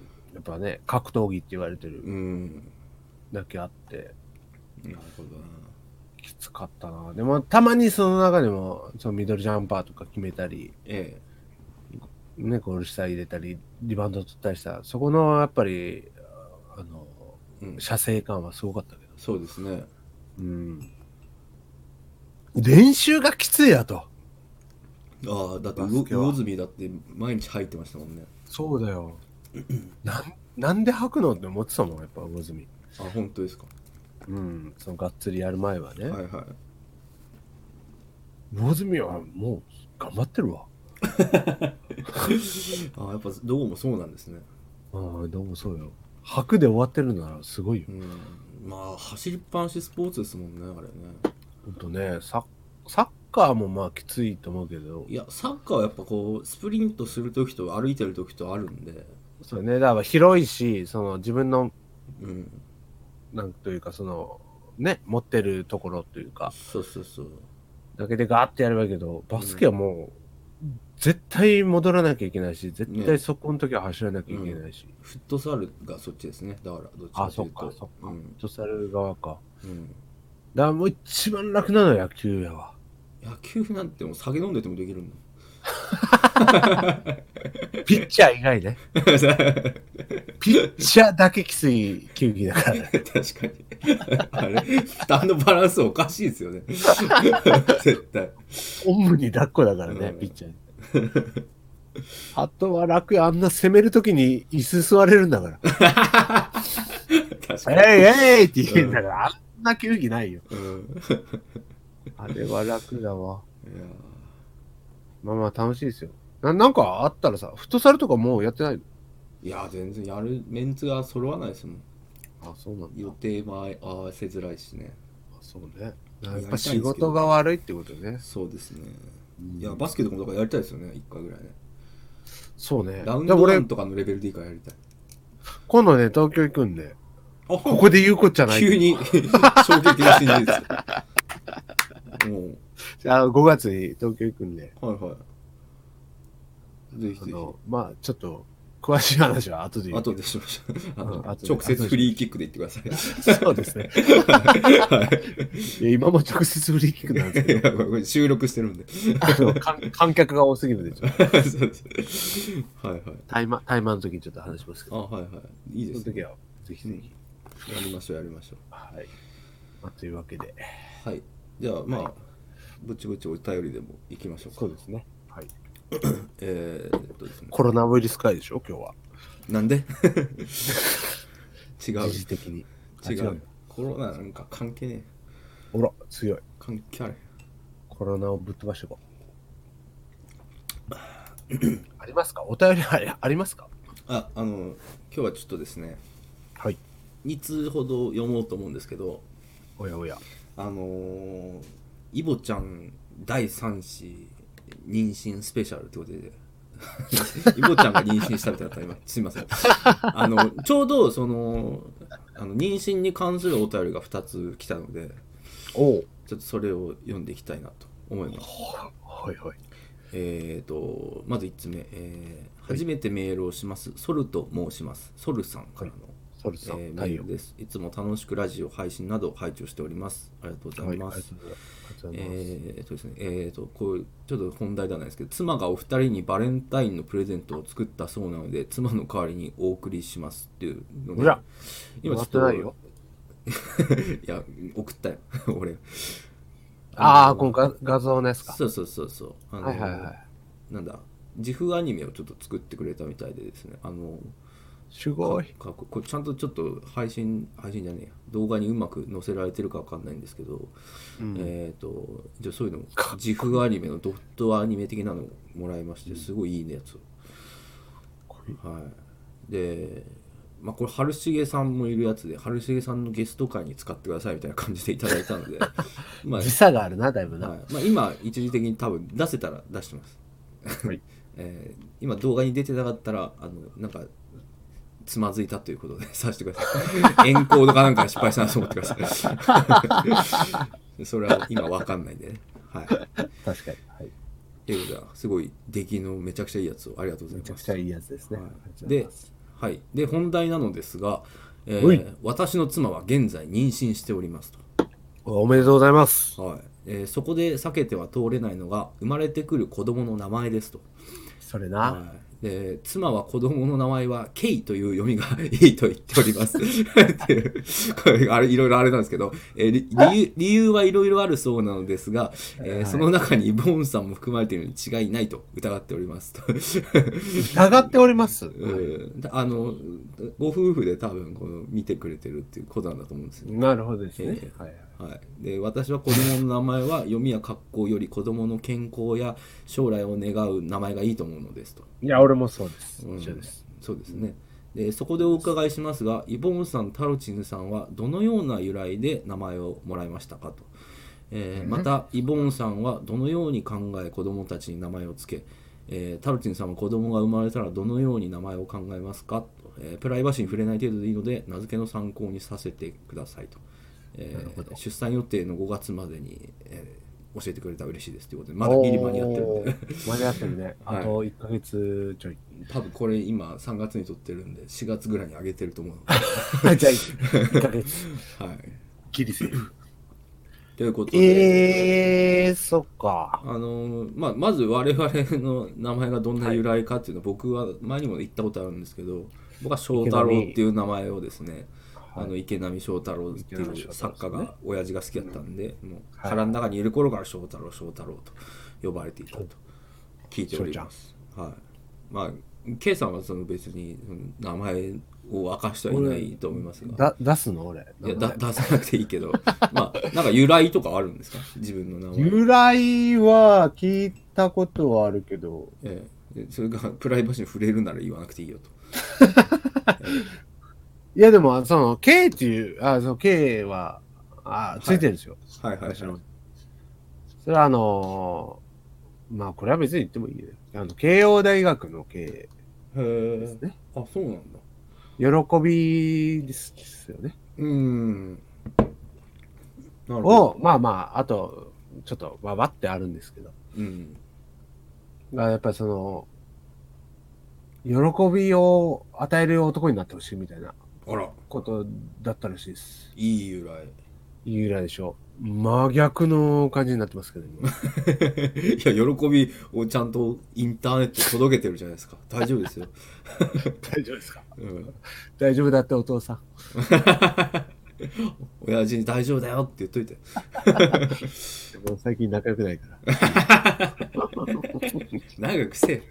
やっぱね、格闘技って言われてる。うん。だけあって。 なるほどな。 きつかったな。でもたまにその中でもそのミドルジャンパーとか決めたり、ええ、ね、ゴール下入れたりリバウンド取ったりした、そこのやっぱりあの、うん、射精感はすごかったけど。 そうですね。うん。 練習がきついやと。 ああ、だって魚住だって毎日入ってましたもんね。 そうだよ。ななんで履くのって思ってたもんやっぱ魚住。 あ、本当ですか。 うん、そのがっつりやる前はね。 はいはい。 魚住はもう頑張ってるわ。 あ、やっぱどうもそうなんですね。 ああ、どうもそうよ。履くで終わってるならすごいよ。うん、 まあ走りっぱなしスポーツですもんねあれね。 ほんとね、ササッカーもまあきついと思うけど。 いやサッカーはやっぱこうスプリントするときと歩いてるときとあるんで。 そうね、だから広いし、その自分の、うん、なんというかそのね持ってるところというか。 そうそうそう。 だけでガーってやればいいけど、バスケはもう、うん、絶対戻らなきゃいけないし、絶対そこの時は走らなきゃいけないし、ね、 うん、フットサルがそっちですね。だからどっちかというと。 あ、そっかそっか、うん、フットサル側か。うん。だからもう一番楽なのは野球やわ。 野球なんてもう酒飲んでてもできるんだ。 ピッチャー以外ね。ピッチャーだけきつい球技だから、ね。 確かに。あれ、負担のバランスおかしいですよね。絶対。 おんぶに抱っこだからね、うん、ピッチャー。あとは楽や、あんな攻めるときに椅子座れるんだから。確かに。えいえいって言うんだから、うん、あんな球技ないよ。うん、あれは楽だわ。いやまあまあ楽しいですよ。な, なんかあったらさ、フットサルとかもうやってないの？ いや全然やるメンツが揃わないですもん。 あ、そうなんだ。 予定も合わせづらいしね。 あ、そうね。やっぱ仕事が悪いってことね。 そうですね。いやバスケとかもだからやりたいですよね、一回ぐらいね。 そうね。 ラウンドワンとかのレベルでいいからやりたい。 今度ね東京行くんで。ここで言うことじゃない。 急に衝撃の真実ですよ。もうじゃあごがつに東京行くんで。 はいはい。ぜひぜひ。 まあちょっと詳しい話は後で言う。 後でしましょう。うん、直接フリーキックで言ってください。 そうですね。はい、いや今も直接フリーキックなんですけど。 収録してるんで。 観, 観客が多すぎるでしょ。そうです。はいはい。タイマタイマーの時にちょっと話しますけど。 あ、はいはい。いいですね。 その時はぜひぜひ、 うん、やりましょうやりましょう。 はい。まあ、というわけで。 はい。じゃあまあ、はい、ぼちぼちお便りでも行きましょうか。 そうですね。はい。 えー、っとですね。 コロナウイルス会でしょ今日は。 なんで違う。 時事的に。 違う。コロナなんか関係ねえ。 ほら、強い。 関係ある。 コロナをぶっ飛ばしてこう。ありますか？お便りありますか？ あ、あの、今日はちょっとですね。 はい。 に通ほど読もうと思うんですけど。 おやおや。 あのー、イボちゃんだいさん子妊娠スペシャルってことで。イボちゃんが妊娠したみたいな今すいません。あのちょうどそのあの妊娠に関するお便りがふたつ来たので、 おちょっとそれを読んでいきたいなと思います。 はいはい。 えーとまずいつつめ、えー、初めてメールをします。ソルと申します。ソルさんからのソルさん、 えー、 太陽メールです。いつも楽しくラジオ配信など拝聴しております。ありがとうございます。はい、ありがとうございます。えー、とですね、えーと、こうちょっと本題ではないですけど、妻がお二人にバレンタインのプレゼントを作ったそうなので、妻の代わりにお送りしますっていうのが、 今ちょっとないよいや送ったよ俺。 ああ、この画画像のやつか。 そうそうそうそう。あの、 はいはいはい。 なんだ、自負アニメをちょっと作ってくれたみたいでですね、あの、 すごい。 かかこれちゃんとちょっと配信、配信じゃねえや、動画にうまく載せられてるかわかんないんですけど、うん、えっ、ー、と、じゃそういうの、自負アニメのドットアニメ的なのをもらいまして、すごいいいねやつを。はい。で、まあこれ春重さんもいるやつで、春重さんのゲスト会に使ってくださいみたいな感じでいただいたので、 まあ、時差があるな、だいぶな。 はい、まあ、今一時的に多分出せたら出してます、はいえー、今動画に出てなかったらあのなんかつまずいたということでさせてください。エンコードかなんか失敗したなと思ってください。それは今わかんないんでね。はい。確かに。 はい。 ということで、すごい出来のめちゃくちゃいいやつをありがとうございます。 めちゃくちゃいいやつですね。 はい、で、はい。で、本題なのですが、えー、私の妻は現在妊娠しておりますと。 おめでとうございます。 はい。えー、そこで避けては通れないのが生まれてくる子供の名前ですと。 それな。 はいで妻は子供の名前はケイという読みがいいと言っておりますっていうこれあれいろいろあれなんですけど、えー、理由理由はいろいろあるそうなのですが、えーはい、その中にイボンさんも含まれているに違いないと疑っておりますと疑っております、 うん、あのご夫婦で多分この見てくれてるっていうことなんだと思うんですよ、ね、 なるほどですね、 えーはいはい、で私は子供の名前は読みや格好より子供の健康や将来を願う名前がいいと思うのですと。 いや俺もそうです、 うん、 一緒です。 そうですね。でそこでお伺いしますが、イボンさん、タロチンさんはどのような由来で名前をもらいましたかと、えー、またイボンさんはどのように考え子供たちに名前をつけ、えー、タロチンさんは子供が生まれたらどのように名前を考えますかと、えー、プライバシーに触れない程度でいいので名付けの参考にさせてくださいと、えー、出産予定のごがつまでに、えー教えてくれたら嬉しいですということで、まだギリ間に合ってるんで間に合ってるね。あといっかげつちょい、 多分これ今さんがつに撮ってるんでしがつぐらいに上げてると思うのでじゃあいっかげつはいギリセーフということでえー、そっかあの、まあ、まず我々の名前がどんな由来かっていうのは、はい、僕は前にも言ったことあるんですけど、僕は翔太郎っていう名前をですね、あの池波正太郎っていう作家が親父が好きだったんで、もう腹の中にいる頃から翔太郎翔太郎と呼ばれていたと聞いております。はい。まあ K さんはその別に名前を明かしてはいないと思いますが、 だ出すの俺いやだ出さなくていいけど、まあなんか由来とかあるんですか、自分の名前。 由来は聞いたことはあるけど、 ええ、それがプライバシーに触れるなら言わなくていいよと。 ええいやでも、その、K っていう、あ、その K は、あ、ついてるんですよ。 はいはいはい。それはあのー、まあこれは別に言ってもいいね。あの、慶応大学の K ですね。 あ、そうなんだ。 喜びですよね。 うん。 なるほど。を、まあまあ、あと、ちょっと、わばってあるんですけど。うん。やっぱりその、喜びを与える男になってほしいみたいな。 あらことだったらしいです。 いい由来。 いい由来でしょ。真逆の感じになってますけど、ね、 いや喜びをちゃんとインターネット届けてるじゃないですか。大丈夫ですよ。 大丈夫ですか、うん、大丈夫だってお父さん。 親父に大丈夫だよって言っといて。 でも最近仲良くないから。 長くせえ。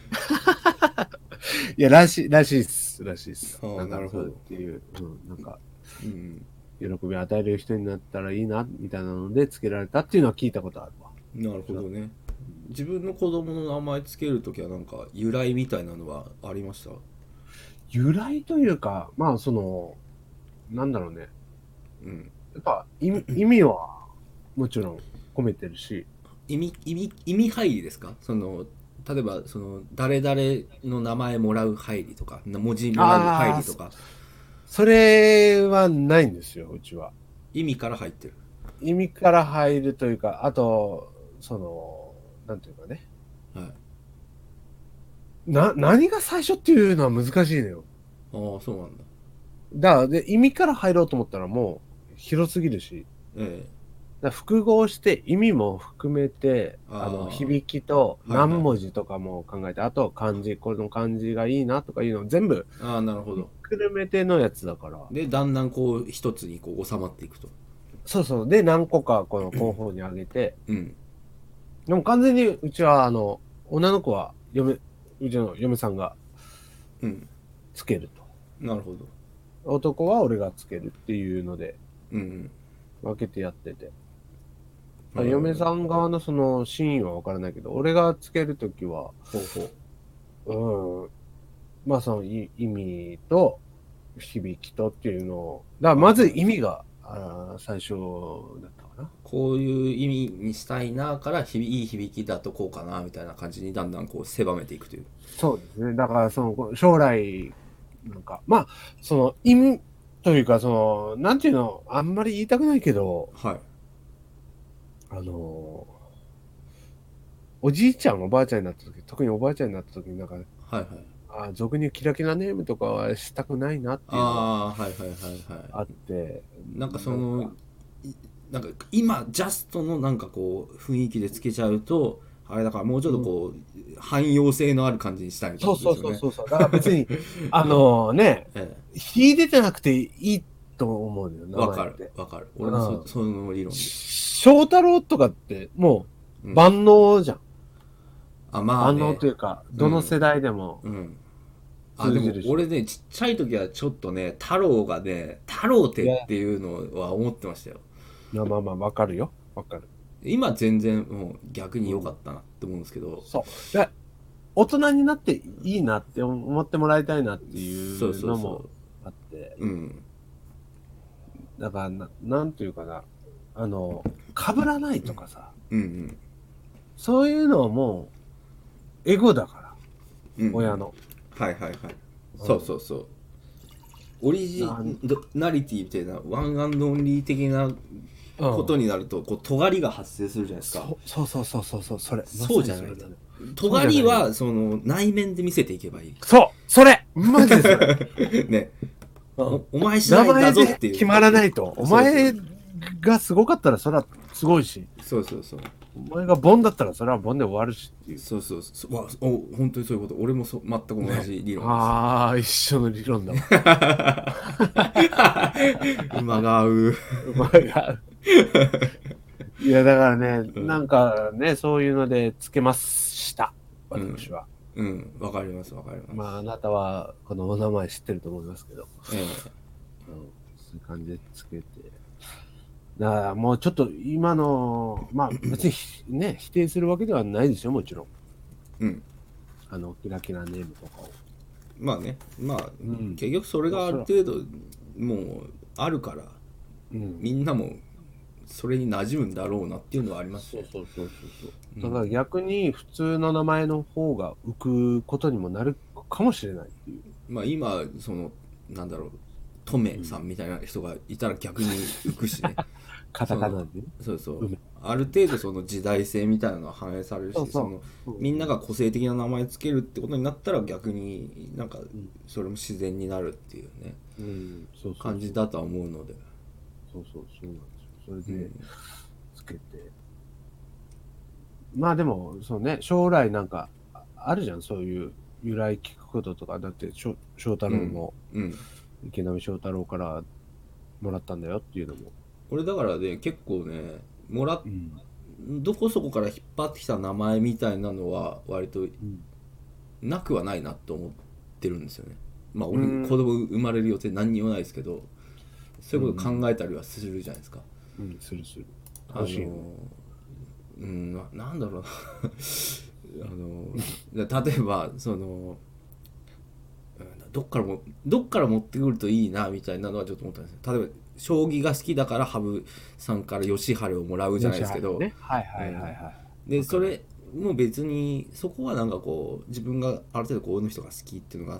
いや、らしい、らしいっす、らしいっす。 ああ、なるほど。 っていう、うん、なんか、うん、喜びを与える人になったらいいな、みたいなので、つけられたっていうのは聞いたことあるわ。 なるほどね。自分の子供の名前つけるときは、なんか、由来みたいなのはありました？ 由来というか、まあ、その、なんだろうね。うん。やっぱ、意味、意味は、もちろん、込めてるし。 意味、意味、意味入りですか？その、例えばその誰々の名前もらう入りとか文字もらう入りとか、 それはないんですよ、うちは。 意味から入ってる。 意味から入るというか、あとそのなんていうかね、はい、な何が最初っていうのは難しいのよ。 ああ、そうなんだ。 だからで意味から入ろうと思ったらもう広すぎるし、ええ、だ複合して意味も含めてあの響きと何文字とかも考えて、はいはい、あと漢字、この漢字がいいなとかいうの全部あなるほどくるめてのやつだから、 でだんだんこう一つにこう収まっていくと。 そうそう。で何個かこの候補にあげて、うん、でも完全にうちはあの女の子は嫁うちの嫁さんがつけると、 うん、なるほど。 男は俺がつけるっていうので、うん、分けてやってて、うん、嫁さん側のその真意は分からないけど、俺がつけるときは、ほうほう、うん、まあその意味と響きとっていうのを、だからまず意味があ最初だったかな。 こういう意味にしたいなからいい響きだとこうかなみたいな感じにだんだんこう狭めていくという。 そうですね。だからその将来なんかまあその意味というかそのなんていうのあんまり言いたくないけど、はい、あのおじいちゃんおばあちゃんになった時、特におばあちゃんになった時になんか、はいはい、あ俗にキラキラネームとかはしたくないなっていうのがあって、あ、はいはいはいはい、 なんかそのなんか今ジャストのなんかこう雰囲気でつけちゃうとあれだからもうちょっとこう、うん、汎用性のある感じにしたいみたいなことですよね。 そうそうそうそう。だから別にあのね、ええ、秀でてなくていいと思うよね。 わかるわかる。俺も そ,、うん、その理論です。 翔太郎とかってもう万能じゃん。うん、 あまあ、ね、 万能というかどの世代でも。うんうんあでも俺ねちっちゃい時はちょっとね太郎がね太郎てっていうのは思ってましたよ。 いやまあまあわかるよわかる。 今全然もう逆に良かったなって思うんですけど、うん、 そうで大人になっていいなって思ってもらいたいなっていうのもあって、そうそうそう、うん、だからななんていうかなあの被らないとかさ、うんうん、そういうのはもうエゴだから、うん、親の。 はいはいはい、うん、そうそうそうオリジナリティみたいなワンアンドオンリー的なことになるとこう尖りが発生するじゃないですか。 そうそうそうそうそうそれそうじゃない。尖りはその内面で見せていけばいい。 そうそれマジでね、 うん、お, お前次第だぞっていう決まらないと。お前がすごかったらそれはすごいし、 そうそうそう、 お前がボンだったらそれはボンで終わるしっていう。 そうそうそう、わお本当にそういうこと。俺もそ全く同じ理論です、ね、 ああ一緒の理論だわ馬が合う馬が合ういやだからね、うん、なんかねそういうのでつけました私は。 うんわ、うん、かりますわかります。 まああなたはこのお名前知ってると思いますけど、ええうん、そういう感じでつけて、だからもうちょっと今のまあ別にね否定するわけではないですよもちろん。うん。あのキラキラネームとかを。 まあねまあ、うん、結局それがある程度もうあるから、うん、みんなもそれに馴染むんだろうなっていうのはありますね。 そうそうそうそう。だから逆に普通の名前の方が浮くことにもなるかもしれないっていう。 まあ今そのなんだろうトメさんみたいな人がいたら逆に浮くしね。 カタカナで、ね、 そうそう、ある程度その時代性みたいなのが反映されるし、そうそうそのみんなが個性的な名前つけるってことになったら逆になんかそれも自然になるっていうね、うん、そうそうそう感じだとは思うので、 そうそうそうなんですよ。それでつけて、うん、まあでもそうね将来なんかあるじゃんそういう由来聞くこととか。だって翔太郎も、うんうん、池波正太郎からもらったんだよっていうのも。 俺だからね結構ねもらっ、うん、どこそこから引っ張ってきた名前みたいなのは割となくはないなと思ってるんですよね。まあ俺子供生まれる予定何にもないですけど、そういうこと考えたりはするじゃないですか。 うん、うん、するする。 楽しい。あのうんな、なんだろうなあの例えばそのどっからもどっから持ってくるといいなみたいなのはちょっと思ったんですよ。例えば将棋が好きだから羽生さんから義晴をもらうじゃないですけど、 ね、はいはいはいはい。 でそれも別にそこはなんかこう自分がある程度この人が好きっていうのがあって、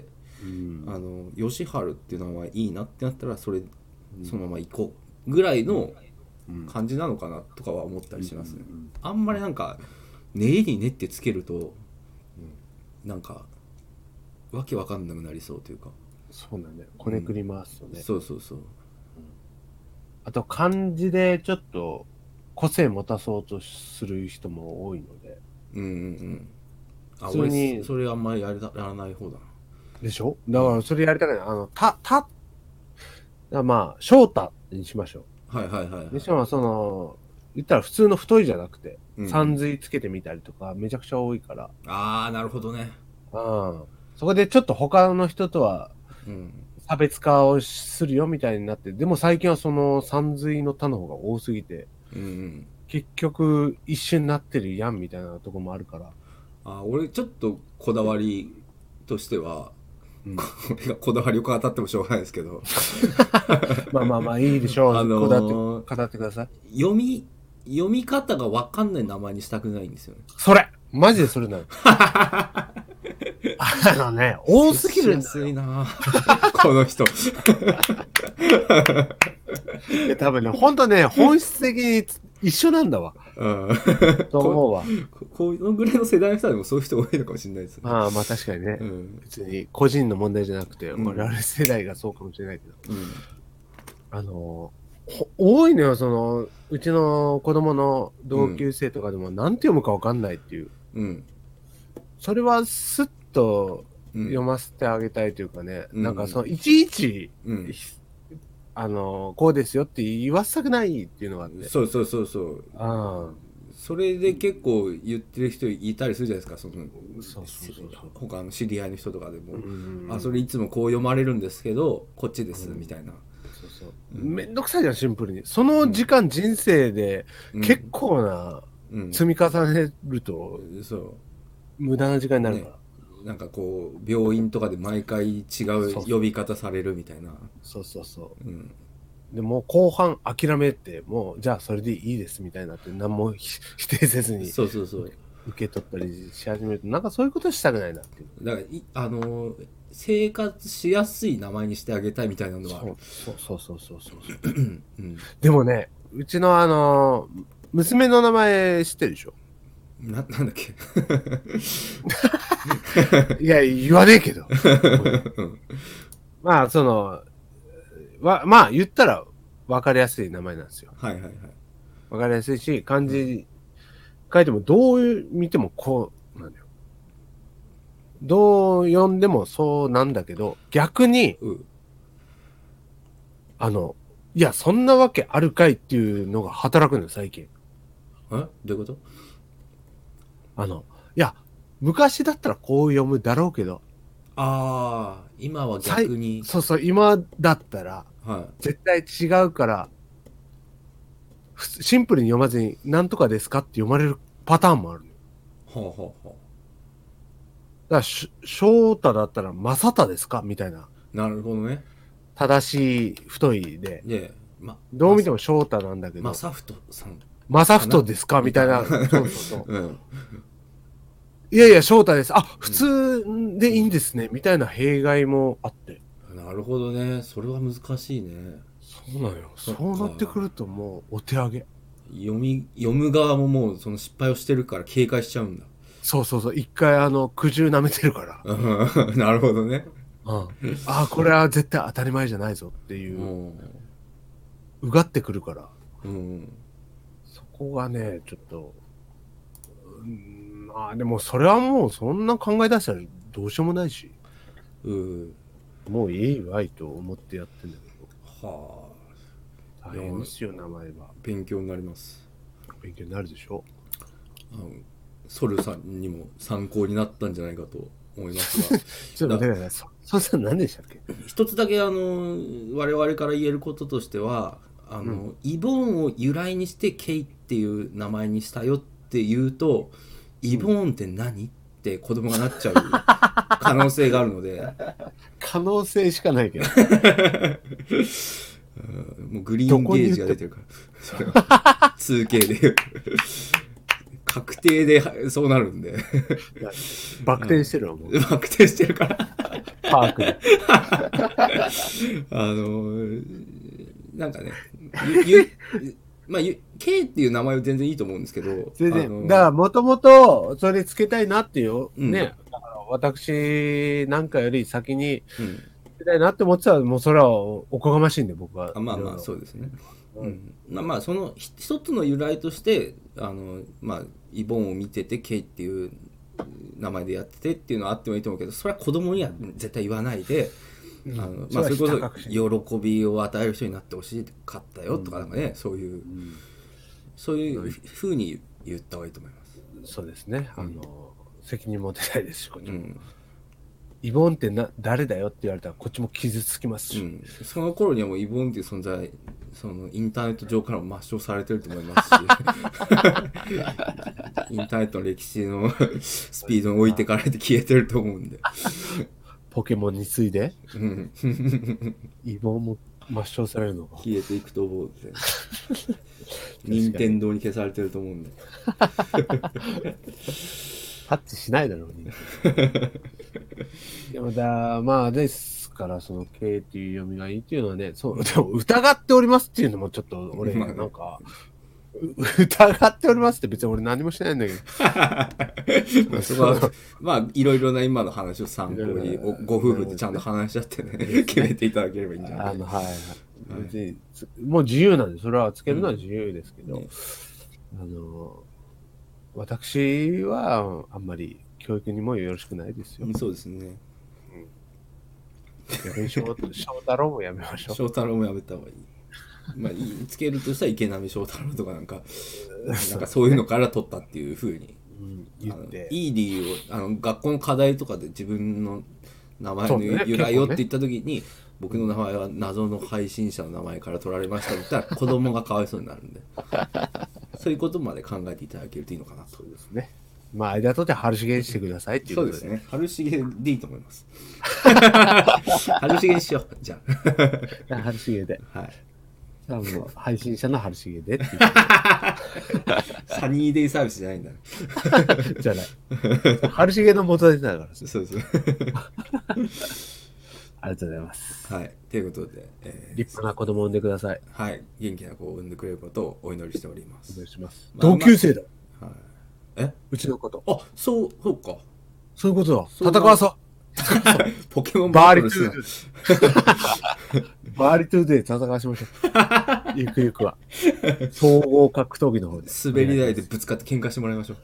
うん、あの義晴っていう名前いいなってなったらそれそのまま行こうぐらいの感じなのかなとかは思ったりしますね。うんうんうん、あんまりなんか練りに練ってつけると、うん、なんかわけわかんなくなりそうというか。 そうなんだよ。こねくり回すとね。 うん、そうそうそう。うん、 あと漢字でちょっと個性持たそうとする人も多いので。 うんうんうん。あ、 普通に俺それあんまりやりやらない方だな。 でしょ？だからそれやりたくない。あの、た、た、まあ、翔太にしましょう。はいはいはい、はい。 にしても、その、言ったら普通の太いじゃなくて、さん髄つけてみたりとか、めちゃくちゃ多いから。 ああ、なるほどね。 うん。そこでちょっと他の人とは、差別化をするよみたいになって、でも最近はそのさん髄の他の方が多すぎて、 うんうん、結局一緒になってるやんみたいなとこもあるから。 あ、俺ちょっとこだわりとしては、うん、これがこだわりを語ってもしょうがないですけどまあまあまあいいでしょう、あのー、こだって語ってください。読み読み方が分かんない名前にしたくないんですよね。 それマジでそれなのあのね、多すぎるんだよ。 安いなこの人いや多分ね、ほんとね、本質的に一緒なんだわ。うん。と思うわ。 こ, このぐらいの世代の人でもそういう人多いのかもしれないですね。 ああ、まあ確かにね。うん、別に個人の問題じゃなくて、うん、我々世代がそうかもしれないけど。うん、あの、多いのよ、その、うちの子供の同級生とかでも何て読むか分かんないっていう。うん。それはスッと読ませてあげたいというかね、うん、なんかその、いちいち、うん、あの、こうですよって言わせたくないっていうのがあって。 そうそうそうそう。ああ。それで結構言ってる人いたりするじゃないですか、その、そうそうそうそう、他の知り合いの人とかでも、うんうん、あ、それいつもこう読まれるんですけど、こっちです、うん、みたいな。そうそう。 うん、めんどくさいじゃん、シンプルに。その時間、うん、人生で結構な、積み重ねると、うん、そう。無駄な時間になるから。ね、 なんかこう病院とかで毎回違う呼び方されるみたいな。 そうそうそう。うん、でもう後半諦めて、もうじゃあそれでいいですみたいなって何も否定せずにそうそうそう受け取ったりし始めると、なんかそういうことしたくないなっていう。 だからいあのー、生活しやすい名前にしてあげたいみたいなのは。 そうそうそうそうそうそう、うん、でもね、うちのあのー、娘の名前知ってるでしょ。 な、なんだっけいや、言わねえけど。うん、まあ、その、わ、まあ、言ったら分かりやすい名前なんですよ。 はいはいはい。 分かりやすいし、漢字書いてもどう見てもこうなんだよ。どう読んでもそうなんだけど、逆に、うん、あの、いや、そんなわけあるかいっていうのが働くのよ、最近。 え？どういうこと？ あの、いや、昔だったらこう読むだろうけど。 ああ、今は逆に。 そうそう、今だったら、はい、絶対違うから、シンプルに読まずに、なんとかですかって読まれるパターンもあるのよ。ほうほうほう。だから、し翔太だったら、正太ですかみたいな。 なるほどね。 正しい太いで。 で、ま、 どう見ても翔太なんだけど。 正太さん。 正太ですかみたいな。そうそうそう。うん、いやいや、翔太です。あ、普通でいいんですね。うん、みたいな弊害もあって。 なるほどね。それは難しいね。 そうなのよ。そうなってくるともうお手上げ。 読み、読む側ももうその失敗をしてるから警戒しちゃうんだ。 そうそうそう。一回あの、苦渋舐めてるから。 なるほどね。 うん、あ、これは絶対当たり前じゃないぞっていう。うがってくるから。うん、そこがね、ちょっと。うん、まあでもそれはもうそんな考え出したらどうしようもないし。うん。もういいわいと思ってやってんだけど。はあ。大変ですよ、名前は。 勉強になります。 勉強になるでしょ。 あのソルさんにも参考になったんじゃないかと思いますが。 ちょっと待ってください。ソルさん何でしたっけ？ 一つだけあの我々から言えることとしては、あの、うん、イボーンを由来にしてケイっていう名前にしたよって言うと、イボーンって何？って子供がなっちゃう可能性があるので。 可能性しかないけど。 もうグリーンゲージが出てるから。ツーケー で言う。確定でそうなるんで。 バク転してるわ、もう。 バク転してるから。 パークで。 あの、なんかね、ゆゆまあ、K っていう名前は全然いいと思うんですけど。 全然。だから、もともと、それつけたいなっていう、うん、ね。だから私なんかより先に、うん、 ってないなって思ってたら、もうそれはおこがましいんで、僕は。 あまあまあ、そうですね。うん、まあその一つの由来としてあの、まあ、イボンを見てて K っていう名前でやっててっていうのはあってもいいと思うけど、それは子供には絶対言わないで、うん、あのまあ、それこそ喜びを与える人になってほしかったよとかなんかね、うん、そういう、うん、そういうふうに言った方がいいと思います。 そうですね、あの、うん、責任持てないですし、こっちも、うん、イボンってな誰だよって言われたらこっちも傷つきますし、うん、 その頃にはもうイボンっていう存在そのインターネット上からも抹消されてると思いますしインターネットの歴史のスピードに置いてかれて消えてると思うんでポケモンに次いで、うん、イボンも抹消されるのか消えていくと思うんで任天堂に消されてると思うんでタッチしないだろうにでもだまあですからその K っていう読みがいいっていうのはね、そうでも疑っておりますっていうのもちょっと俺なんか疑っておりますって別に俺何もしてないんだけどそこはまあいろいろな今の話を参考にご夫婦でちゃんと話し合ってね決めていただければいいんじゃないかな。あのはいはい、別にもう自由なんでそれはつけるのは自由ですけど、うんね、あの私はあんまり教育にもよろしくないですよ。 そうですね。 逆に翔太郎もやめましょう。 翔太郎もやめた方がいい。まあ、つけるとしたら池波翔太郎とかなんか、なんかそういうのから取ったっていうふうに、うん、言って。イーディーをあの学校の課題とかで自分の名前の由来をって言った時に、ね、僕の名前は謎の配信者の名前から取られましたって言ったら子供がかわいそうになるんで、そういうことまで考えていただけるといいのかなと。 そうですね。まあ、間取って春重にしてくださいっていうことで。 そうですね。春重でいいと思います。春重にしよう。じゃあ。春重で。はい。じゃあもう、配信者の春重でっていう。 サニーデイサービスじゃないんだ。 じゃない。春重の元でだから。 そうです。 ありがとうございます。 はい。ということで、 えー、立派な子供を産んでください。 はい。元気な子を産んでくれることをお祈りしております。 お願いします。まあ、同級生だ。 まあ、はい。えうちのこと。 あ、そう、そうか。 そういうことだ。戦わそう。 ポケモンバーリトゥー。バーリトゥーで戦わしましょう。ゆくゆくは。総合格闘技の方で。 滑り台でぶつかって喧嘩してもらいましょ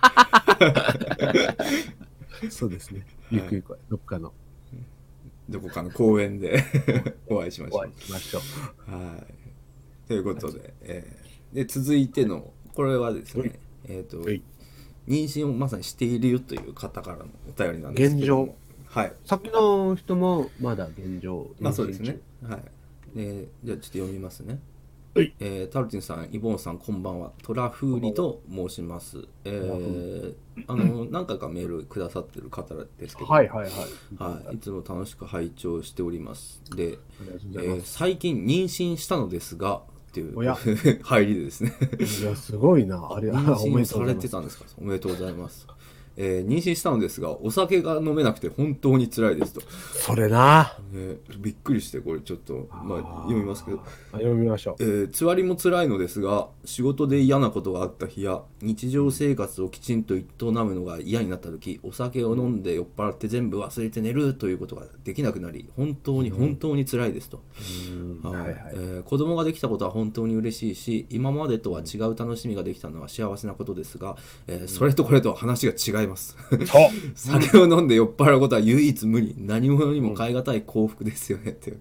う。そうですね。ゆくゆくは、どっかの。 どこかの公園でお会いしましょう。 お会いしましょう。 はい。ということで、えー、で続いての、これはですね、えっと、妊娠をまさにしているよという方からのお便りなんですけども、 現状。はい。さっきの人もまだ現状。 まあそうですね。はい。えー、じゃあちょっと読みますね。 はい。 えー、タルティンさん、イボンさん、こんばんは。トラフーリと申します。えー、あの、何回かメールくださってる方ですけど、 はいはいはい。 はい。いつも楽しく拝聴しております。で、えー、最近妊娠したのですが、っていう入りでですねいやすごいな。あれ妊娠されてたんですか。おめでとうございます。えー、妊娠したのですがお酒が飲めなくて本当に辛いですと。 それな、 ね、びっくりしてこれちょっとまあ読みますけど、 読みましょう。 えー、つわりも辛いのですが仕事で嫌なことがあった日や日常生活をきちんと営むのが嫌になった時お酒を飲んで酔っ払って全部忘れて寝るということができなくなり本当に本当に辛いですと。子供ができたことは本当に嬉しいし今までとは違う楽しみができたのは幸せなことですが、えー、それとこれとは話が違います。酒を飲んで酔っ払うことは唯一無二、何者にも代え難い幸福ですよねって、うん、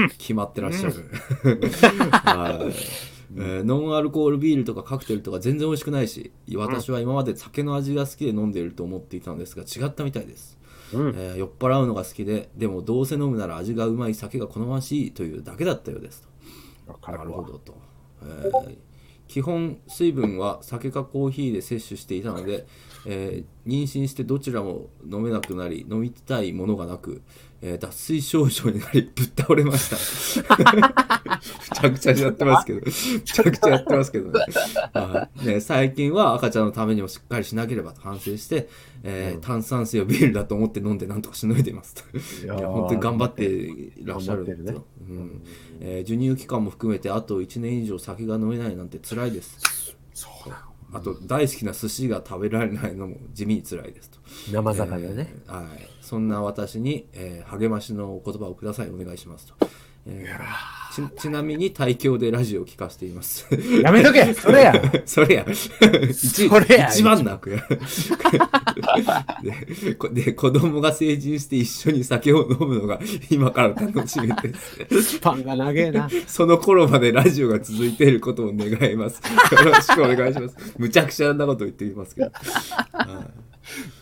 決まってらっしゃる、うんえー、ノンアルコールビールとかカクテルとか全然美味しくないし私は今まで酒の味が好きで飲んでいると思っていたのですが違ったみたいです、うんえー、酔っ払うのが好きででもどうせ飲むなら味がうまい酒が好ましいというだけだったようですと。なるほどと、えー基本水分は酒かコーヒーで摂取していたので、えー、妊娠してどちらも飲めなくなり飲みたいものがなく、えー、脱水症状になりぶっ倒れましたむちゃくちゃやってますけどむちゃくちゃやってますけど ね, あね最近は赤ちゃんのためにもしっかりしなければと反省して、えーうん、炭酸水をビールだと思って飲んでなんとかしのいでいますと。いや本当に頑張っていらっしゃると、ねうんえー、授乳期間も含めてあといちねん以上酒が飲めないなんて辛いです。 そうなのあと大好きな寿司が食べられないのも地味に辛いですと。 生魚ね、 えー、はい。そんな私に、えー、励ましのお言葉をください、お願いしますと。えー、ち, ちなみに対響でラジオを聞かせています。 やめとけそれやそれや一それや一番泣くやで, で子供が成人して一緒に酒を飲むのが今から楽しみです。 スパンが長えな。 その頃までラジオが続いていることを願います。よろしくお願いします。むちゃくちゃなこと言ってきますけど、はい、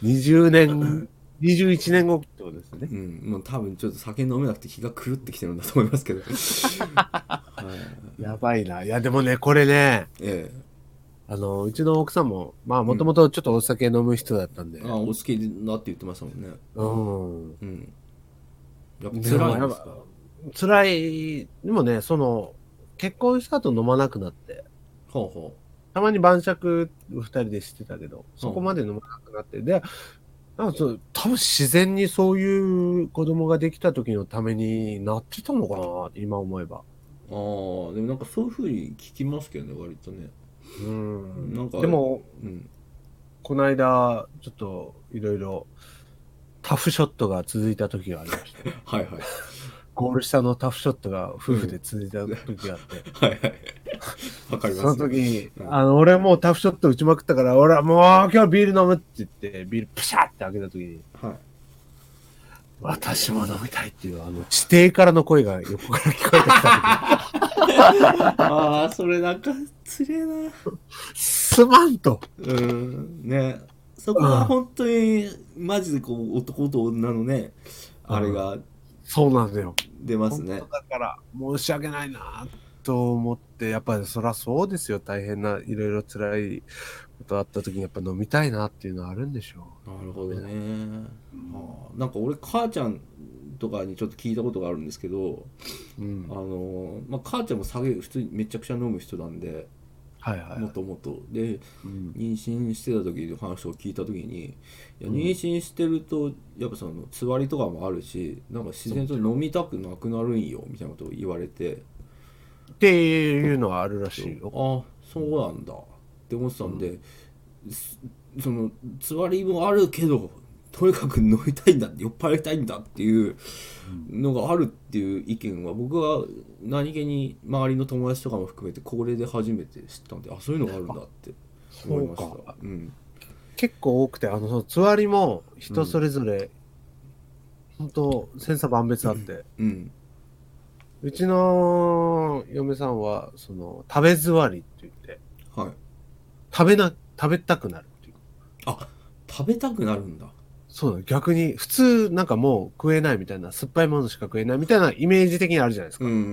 にじゅうねんにじゅういちねんごってことですね。 うん、もう多分ちょっと酒飲めなくて気が狂ってきてるんだと思いますけど。はい、 やばいな。いやでもねこれね、ええ、あのうちの奥さんもまあもともとちょっとお酒飲む人だったんで、 うん、あお好きだって言ってましたもんね。うん。うん。 やっぱ辛いんですか。辛い。でもねその結婚した後飲まなくなって。 ほうほう。たまに晩酌二人でしてたけど、そこまで飲まなくなって、で。なんかそう多分自然にそういう子供ができた時のためになってたのかな今思えば。ああでもなんかそういう風に聞きますけどね割とね。 うんなんかでも、うん、この間ちょっといろいろタフショットが続いた時がありました、ね、 はいはい。 ゴール下のタフショットが夫婦で続いた時があって、 うん、はいはいわかります。 その時に、うん、あの俺もうタフショット打ちまくったから俺はもう今日ビール飲むって言ってビールプシャーって開けた時に、はい、私も飲みたいっていうあの地底からの声が横から聞こえてきた時ああそれなんかつれえなすまんとうんねそこは本当にマジでこう男と女のね、うん、あれがそうなんだよ出ますね。 本当だから申し訳ないなと思ってやっぱりそりゃそうですよ大変ないろいろ辛いことあった時にやっぱ飲みたいなっていうのはあるんでしょう。なるほどね、うん、なんか俺母ちゃんとかにちょっと聞いたことがあるんですけど、うん、あのまあ母ちゃんも酒普通にめちゃくちゃ飲む人なんではいはいはい、 もともとで、うん、妊娠してた時の話を聞いた時にいや妊娠してるとやっぱそのつわりとかもあるしなんか自然と飲みたくなくなるんよみたいなことを言われてっていうのはあるらしいよ。 あそうなんだって思ってたんで、うん、そのつわりもあるけどとにかく飲みたいんだ酔っ払いたいんだっていうのがあるっていう意見は僕は何気に周りの友達とかも含めてこれで初めて知ったんであそういうのがあるんだって思いました。うん、 結構多くてあのそのつわりも人それぞれ、うん、本当千差万別あって、うん、うちの嫁さんはその食べ座りって言って、はい、食べな食べたくなるっていう。 あ食べたくなるんだ。 そうだ逆に普通なんかもう食えないみたいな酸っぱいものしか食えないみたいなイメージ的にあるじゃないですか。うんうんうん、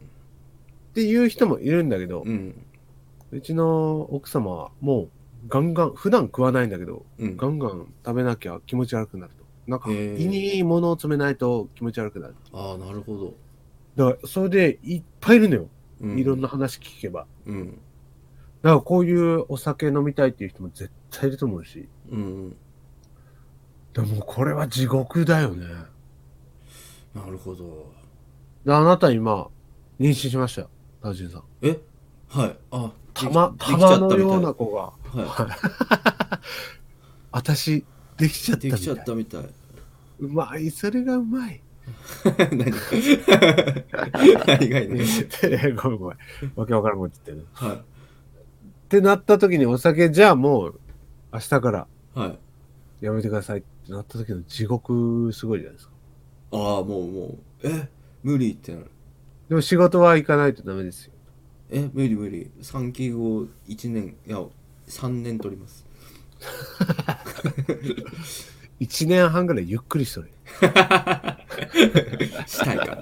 っていう人もいるんだけど、うん、うちの奥様はもうガンガン普段食わないんだけど、うん、ガンガン食べなきゃ気持ち悪くなると。なんか胃にいいものを詰めないと気持ち悪くなる。 ああなるほど。 だからそれでいっぱいいるのよ。うん、いろんな話聞けば。うん、だからこういうお酒飲みたいっていう人も絶対いると思うし。うんでもこれは地獄だよね。 なるほど。 であなた今妊娠しましたよ、タジンさん。 えはいあ玉玉のような子が。はい。私できちゃったみたい。 できちゃったみたい。 うまいそれがうまい。 何何がいいね。 ごめんごめんわけわからんこと言ってる。はい。ってなった時にお酒じゃあもう明日からやめてくださいってなった時の地獄すごいじゃないですか。 ああもうもうえ無理ってなる。 でも仕事は行かないとダメですよ。 え無理無理産休後いちねんいやさんねん取ります。 いちねんはんぐらいゆっくりしとる。 したいから。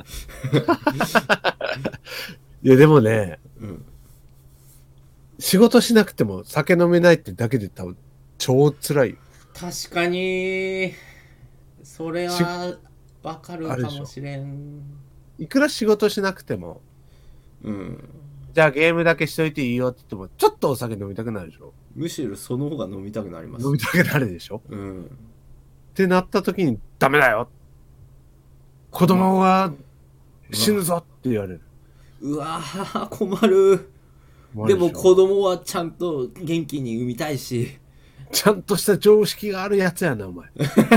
いやでもね、うん、仕事しなくても酒飲めないってだけで多分超辛いよ。 確かにそれはわかるかもしれん。 いくら仕事しなくても、うん、じゃあゲームだけしといていいよって言ってもちょっとお酒飲みたくなるでしょ。 むしろその方が飲みたくなります。 飲みたくなるでしょ、うん、ってなった時にダメだよ子供は死ぬぞって言われる。 うわー困る。 でも子供はちゃんと元気に産みたいし、 ちゃんとした常識があるやつやな、お前。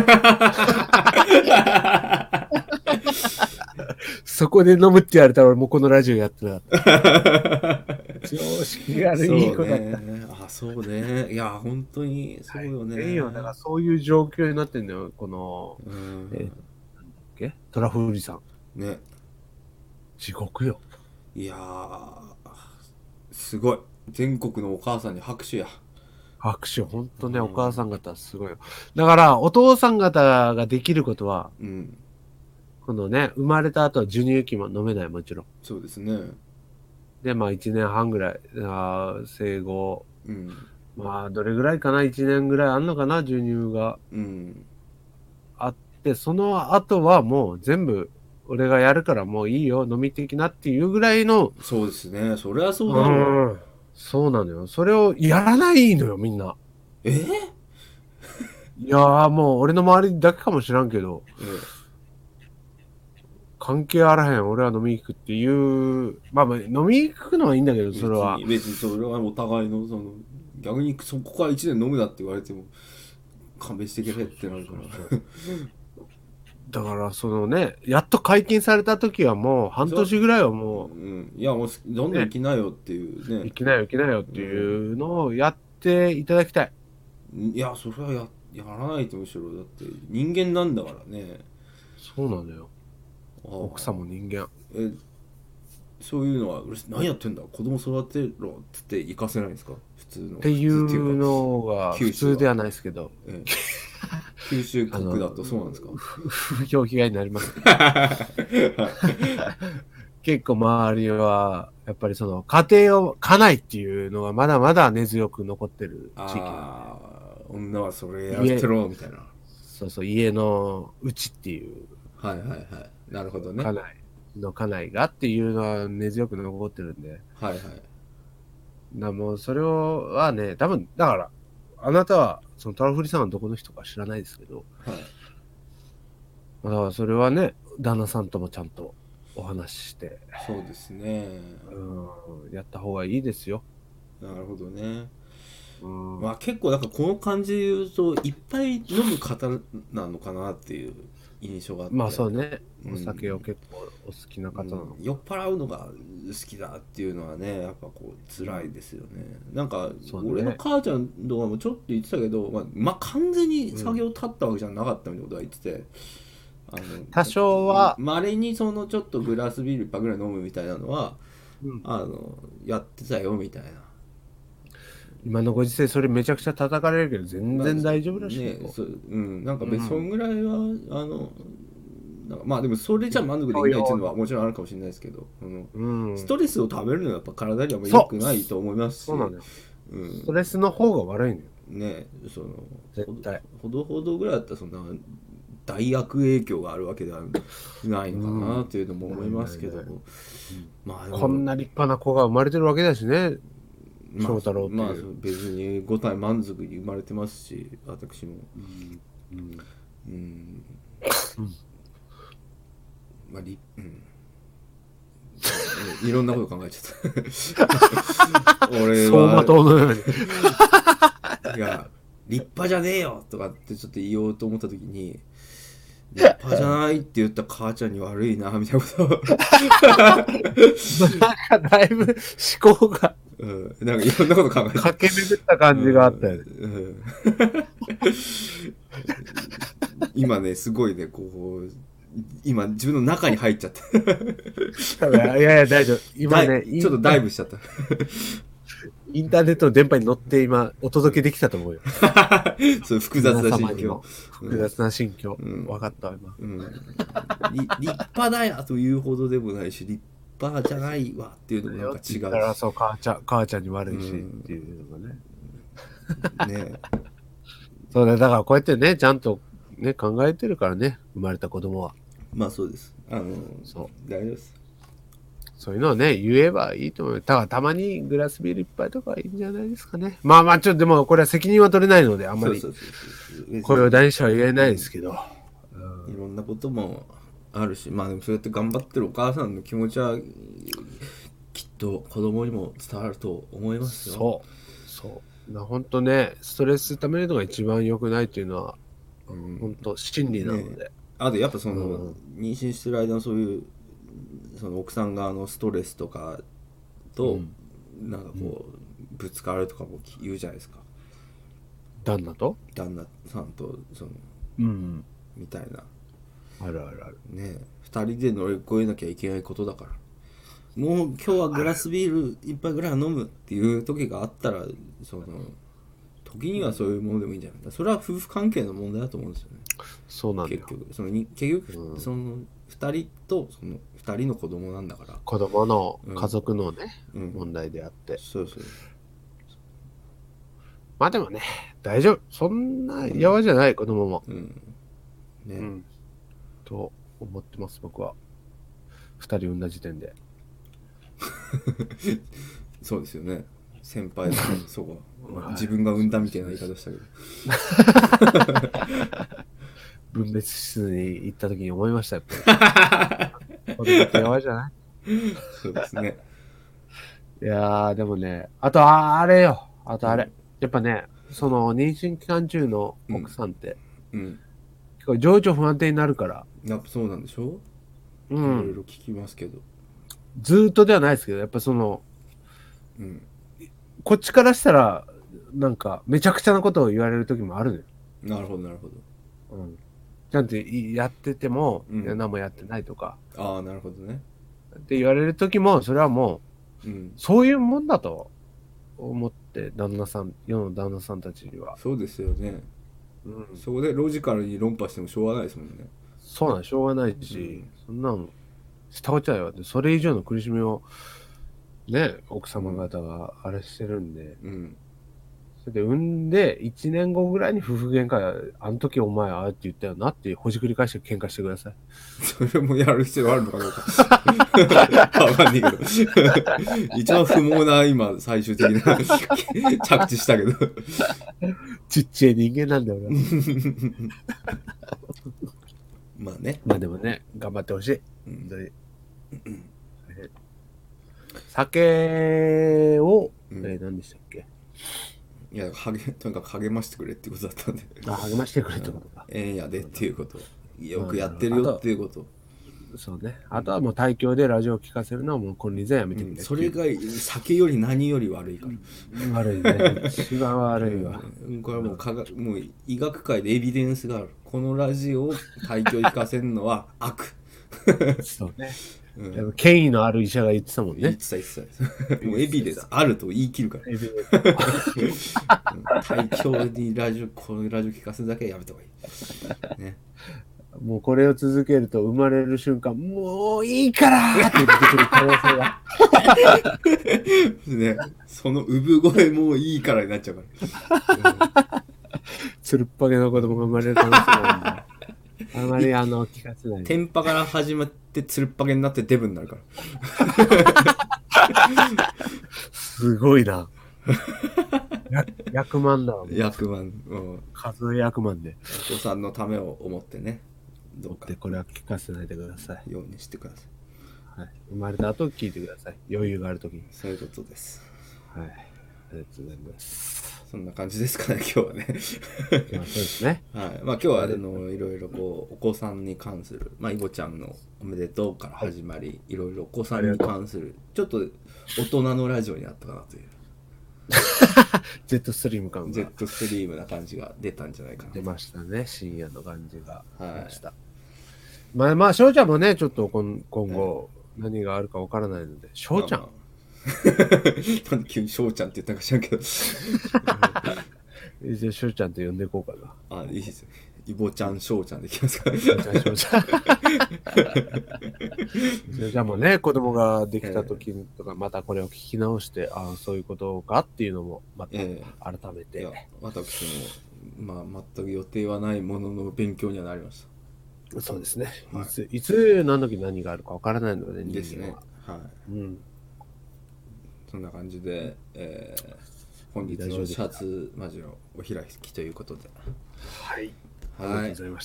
そこで飲むって言われたら俺もうこのラジオやってなかった。常識があるいい子だった。 ね、あ、そうね。いや、本当にそうよね。 はい、いいよ。だからそういう状況になってんだよ、この、うん、えー、なんだっけトラフルリさん。ね。地獄よ。 いやー、すごい。全国のお母さんに拍手や。 拍手、ほんとね、お母さん方すごいよ。だから、お父さん方ができることは、うん、このね、生まれた後は授乳期も飲めない、もちろん。 そうですね。 で、まあ、いちねんはんぐらい、あ生後、うん、まあ、どれぐらいかな、いちねんぐらいあんのかな、授乳が。うん、あって、その後はもう全部、俺がやるからもういいよ、飲み的なっていうぐらいの。 そうですね。それはそうだろう。 そうなのよ。それをやらないのよ、みんな。 えー、 いやーもう俺の周りだけかもしらんけど、ええ、関係あらへん、俺は飲み行くっていう、まあまあ飲み行くのはいいんだけど、それは。 別に、別にそれはお互いの、その、逆にそこからいちねん飲むなって言われても、勘弁してくれってなるから。 だからそのね、やっと解禁された時はもう半年ぐらいはもう、うん、 いやもうどんどん行きなよっていうね、 行きなよ行きなよっていうのをやっていただきたい。 いやそれは や, やらないとむしろだって人間なんだからね。 そうなんだよ。奥さんも人間。 えそういうのは何やってんだ子供育てろっつって行かせないんですか普通の。 っていうのが普通ではないですけど。ええ九州国だとそうなんですか。 風評被害になります、ね、結構周りはやっぱりその家庭を家内っていうのがまだまだ根強く残ってる地域なんで、あ女はそれやってろみたいな。 そうそう家のうちっていう、 はいはいはい、なるほどね。 家内の家内がっていうのは根強く残ってるんで、 はいはい。 だもうそれをはね多分だからあなたはそのトラフリさんはどこの人か知らないですけど、はい、だからそれはね旦那さんともちゃんとお話しして、 そうですね、 うん、やった方がいいですよ。 なるほどね。うん、まあ結構なんかこの感じで言うといっぱい飲む方なのかなっていう印象があって、 まあそうね、お酒を結構お好きな方なの、 うん、酔っ払うのが好きだっていうのはねやっぱこう辛いですよね。なんか俺の母ちゃんとかもちょっと言ってたけど、まあ、まあ完全に酒を断ったわけじゃなかったみたいなことは言ってて、あの多少はまれにそのちょっとグラスビールいっぱいぐらい飲むみたいなのは、うん、あのやってたよみたいな。 今のご時世それめちゃくちゃ叩かれるけど全然大丈夫らしいよ、 ね、そうん、なんか別にそんぐらいは、うん、あのなんかまあでもそれじゃ満足できないっていうのはもちろんあるかもしれないですけど、うん、ストレスを食べるのはやっぱ体には良くないと思いますし、 そうなんだよ、うん、ストレスの方が悪いのよね。その絶対ほどほどぐらいだったらそんな大悪影響があるわけではないのかなっていうのも思いますけど、うん、 まあこんな立派な子が生まれてるわけだしね。翔太郎っていう、 まあ、まあ、別にご体満足に生まれてますし私もうん、うんうん、まあり、うん、いろんなこと考えちゃった俺は走馬灯のようにいや立派じゃねえよとかってちょっと言おうと思った時に立派じゃないって言った母ちゃんに悪いなみたいなことなんかだいぶ思考がうん、なんかいろんなこと考えて駆け巡った感じがあったよね、うんうん、 今ねすごいねこう今自分の中に入っちゃったいやいや大丈夫今ねちょっとダイブしちゃったインターネットの電波に乗って今お届けできたと思うよそう複雑な心境複雑な心境、うん、分かった今、うん、 立派だよというほどでもないし立バーじゃないわっていうのもなんか違うし、だからそう母ちゃん母ちゃんに悪いしっていうのがね、ねそうだだからこうやってねちゃんとね考えてるからね生まれた子供はまあそうですあのそう大丈夫です。 そういうのをね言えばいいと思う。だからたまにグラスビールいっぱいとかいいんじゃないですかね。まあまあちょっとでもこれは責任は取れないのであんまりこれを大事には言えないですけど、 うん、いろんなこともあるし、まあでもそうやって頑張ってるお母さんの気持ちはきっと子供にも伝わると思いますよ。 そうそうな、本当ね、ストレスためるのが一番良くないというのは、うん、本当真理なので、ね、 あとやっぱその、うん、妊娠してる間のそういうその奥さん側のストレスとかと、うん、なんかこう、うん、ぶつかるとかも言うじゃないですか。 旦那と旦那さんとその、 うん、 みたいな、 あるあるあるね、二人で乗り越えなきゃいけないことだから、もう今日はグラスビール一杯ぐらい飲むっていう時があったら、その時にはそういうものでもいいんじゃないか。それは夫婦関係の問題だと思うんですよね。 そうなんだよ。 結局そのに結局、うん、その二人とその二人の子供なんだから、 子供の家族のね、うん、問題であって、 そうそう。 まあでもね、大丈夫。そんなやわじゃない、うん、子供も。 うんね、うん。 と思ってます、僕は。二人産んだ時点で。 そうですよね。先輩のそうか、まあ、自分が産んだみたいな言い方したけど。 分別室に行った時に思いましたよ。子供ってやわじゃない？ そうですね。 いやー、でもね、あとあれよ。あとあれ。うん、やっぱね、その妊娠期間中の奥さんって、うんうん、結構情緒不安定になるから。 やっぱそうなんでしょう、うん、いろいろ聞きますけど。 ずーっとではないですけど、やっぱその、うん、こっちからしたら、なんか、めちゃくちゃなことを言われる時もあるのよ。 なるほど、なるほど。 うん。ちゃんとやってても、うん、いや何もやってないとか。 ああ、なるほどね。 って言われる時も、それはもう、うん、そういうもんだと思って、旦那さん、世の旦那さんたちには。 そうですよね。うん、そこでロジカルに論破してもしょうがないですもんね。 そうなん、しょうがないし、うん、そんなの、したこっちゃよ。それ以上の苦しみを、ね、奥様方があれしてるんで、うん、それで産んでいちねんごぐらいに夫婦喧嘩、あの時お前ああって言ったよなってほじくり返して喧嘩してください。 それもやる必要あるのかどうかわかんないけど一番不毛な今最終的な着地したけどちっちゃい人間なんだよなまあね、 まあでもね、頑張ってほしい、うん、酒を、うん、えー、何でしたっけ。 いや、はげとにかく励ましてくれっていうことだったんで。 あ、励ましてくれってことか。 ええんやでっていうこと。よくやってるよっていうこと。 そうね。あとはもう対響でラジオを聞かせるのはもう金輪際やめてくれ、うん。 それが酒より何より悪いから。 うん、悪いね。一番悪いわ。 うん、これはもう科学、もう医学界でエビデンスがある。このラジオを対響聞かせるのは悪。 そうね。うん、権威のある医者が言ってたもんね。 言ってた言ってた。もうエビデンスあると言い切るから。エビデンス。対響にラジオ、このラジオ聞かせるだけはやめた方がいい。ね。 もうこれを続けると生まれる瞬間、もういいからーって出てくる可能性が。ね。その産声もういいからになっちゃうから。 うん、つるっぱげの子供が生まれる可能性があるんだ。あまりあの聞かせない。 天パから始まってつるっぱげになってデブになるから。 すごいな。役満だわ。 役満。 数え役満で。 お子さんのためを思ってね。 どうか。でこれは聞かせないでください。 ようにしてください。 はい。生まれた後聞いてください。余裕があるときに。 そういうことです。 はい。ありがとうございます。 そんな感じですかね、今日はね。 そうですね。 はい。まあ今日はあのいろいろこうお子さんに関する、まあイボちゃんのおめでとうから始まり、はい、いろいろお子さんに関するちょっと大人のラジオになったかなという。 ジェットストリーム感が。 ジェットストリームな感じが出たんじゃないかな。 出ましたね。深夜の感じが出ました。はい、まあまあ翔ちゃんもねちょっと今後何があるかわからないので、翔ちゃん。まあまあなんで急に翔ちゃんって言ったか知らんけどじゃあ翔ちゃんと呼んでいこうかな。あ、いいですよ。イボちゃん翔ちゃんできますか。イボちゃん翔ちゃんじゃあもうね、子供ができた時とかまたこれを聞き直して、ああそういうことかっていうのもまた改めて、えー、いや私もまあ全く予定はないものの勉強にはなりました。 そうですね、はい、いついつ何時何があるかわからないので、人間はですね。はい、うん、そんな感じで、えー、本日のシャツマジのお開きということで、 はい、ありがとうございました。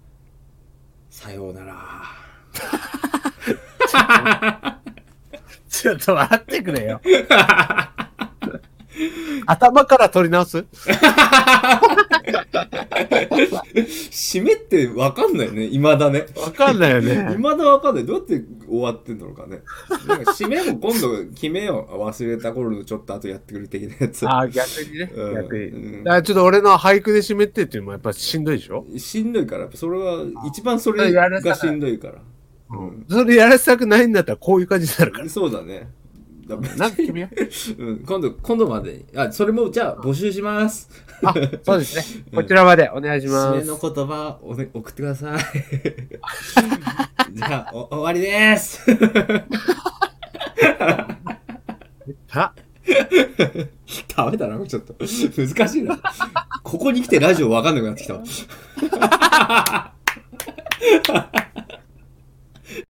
さようなら。 ちょっと笑ってくれよ。頭から取り直す締めって分かんないね、いまだね。 分かんないよね。 いまだ分かんない。どうやって終わってんのかね。なんか締めも今度決めよう。忘れた頃のちょっと後やってくる的なやつ。 ああ、逆にね。うん、逆に。 うん、 だからちょっと俺の俳句で締めってっていうのもやっぱしんどいでしょ。 しんどいから、それは一番それがしんどいから。 うん、それやらせたくないんだったらこういう感じになるから。 そうだね。 なんか決めよう、うん、今度今度までに、あ、それもじゃあ募集します。 あ、そうですね。こちらまでお願いします。 締めの言葉を、ね、送ってください。じゃあお終わりです。 はダメだな、ちょっと難しいな。ここに来てラジオわかんなくなってきた。